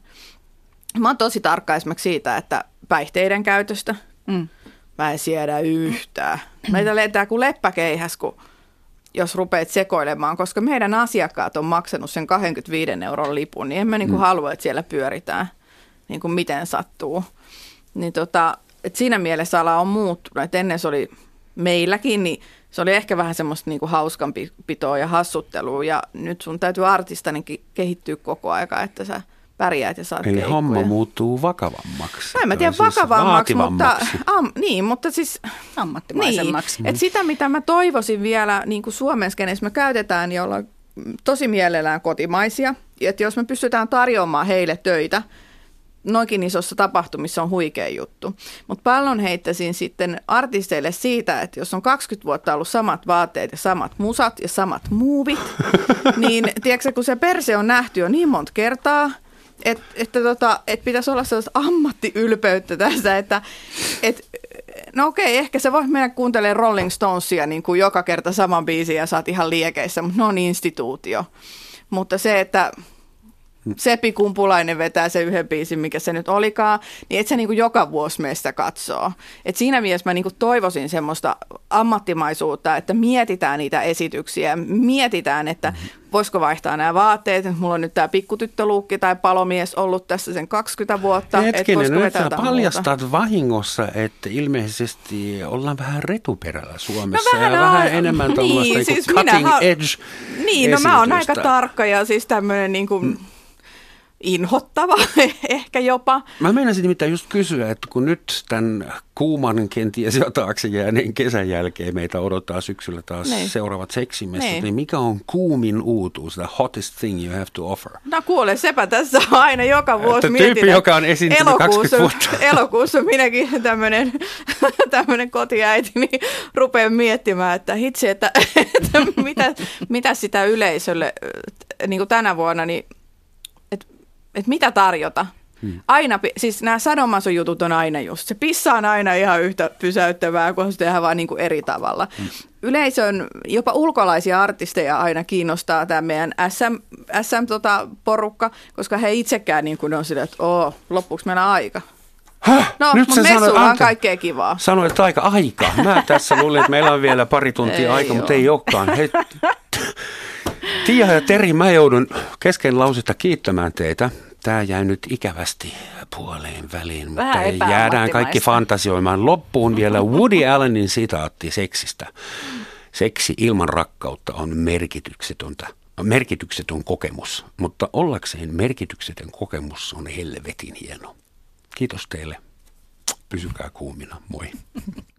Mä oon tosi tarkka esimerkiksi siitä, että päihteiden käytöstä mm. mä en siedä yhtään. Meitä lentää kuin leppäkeihäs, kun jos rupeat sekoilemaan, koska meidän asiakkaat on maksanut sen kaksikymmentäviisi euron lipun, niin en mä niinku mm. halua, että siellä pyöritään niin kuin miten sattuu. Niin tota, et siinä mielessä ala on muuttunut, että ennen se oli meilläkin, niin se oli ehkä vähän semmoista niinku hauskanpitoa ja hassuttelua, ja nyt sun täytyy artistaninkin kehittyä koko aika, että sä pärjäät ja saat Eli keikkoja. homma muuttuu vakavammaksi. No en mä tiedä siis vakavammaksi, mutta, am, niin, mutta siis ammattimaisemmaksi. Niin, että sitä, mitä mä toivoisin vielä niin kuin Suomen skenessä me käytetään, niin ollaan tosi mielellään kotimaisia. Että jos me pystytään tarjoamaan heille töitä, noinkin isossa tapahtumissa on huikea juttu. Mutta paljon heittäisin sitten artisteille siitä, että jos on kaksikymmentä vuotta ollut samat vaatteet ja samat musat ja samat muuvit, niin tiedätkö, kun se perse on nähty jo niin monta kertaa, että, että, tota, että pitäisi olla sellaista ammattiylpeyttä tässä, että et, no okei, ehkä sä voit mennä kuuntelemaan Rolling Stonesia niin kuin joka kerta saman biisin ja sä oot ihan liekeissä, mutta ne on instituutio. Mutta se, että Seppi Kumpulainen vetää se yhden biisin, mikä se nyt olikaan, niin et sä niinku joka vuosi meistä katsoo. Et siinä mielessä mä niinku toivoisin semmoista ammattimaisuutta, että mietitään niitä esityksiä, mietitään, että voisiko vaihtaa nämä vaatteet, että mulla on nyt tämä pikkutyttöluukki tai palomies ollut tässä sen kaksikymmentä vuotta. Hetkinen, nyt sä paljastat muuta vahingossa, että ilmeisesti ollaan vähän retuperällä Suomessa no, vähän ja on, vähän enemmän tuollaista niin, siis cutting ha- edge Niin, no mä oon aika tarkka ja siis tämmöinen niin kuin inhottava ehkä jopa. Mä meinasin nimittäin just kysyä, että kun nyt tämän kuuman kenties jo taakse jääneen kesän jälkeen meitä odottaa syksyllä taas niin seuraavat seksimessut, niin. niin mikä on kuumin uutuus, the hottest thing you have to offer? No kuule, sepä tässä aina joka vuosi että mietin. Tyyppi, joka on esiintynyt kaksikymmentä vuotta. Elokuussa minäkin tämmöinen, tämmöinen kotiäiti, niin rupean miettimään, että hitsi, että, että mitä, mitä sitä yleisölle niin kuin tänä vuonna, niin että mitä tarjota. Hmm. Aina, siis nämä sadomasojutut on aina just, se pissa on aina ihan yhtä pysäyttävää, kun se tehdään vaan niin kuin eri tavalla. Hmm. Yleisön, jopa ulkolaisia artisteja aina kiinnostaa tämä meidän S M-porukka, koska he itsekään niin kuin on sillä, että oo, loppuuko meillä aika? Häh? No, nyt mutta messuilla on kaikkea kivaa. Sanoit aika aika. Mä tässä luulin, että meillä on vielä pari tuntia aika, mutta ei olekaan. Hei, Tiia ja Teri, mä joudun kesken lausetta kiittämään teitä. Tämä jäi nyt ikävästi puoleen väliin, mutta jäädään kaikki fantasioimaan. Loppuun vielä Woody Allenin sitaatti seksistä. Seksi ilman rakkautta on merkityksetöntä. Merkityksetön kokemus, mutta ollakseen merkityksetön kokemus on helvetin hieno. Kiitos teille. Pysykää kuumina. Moi.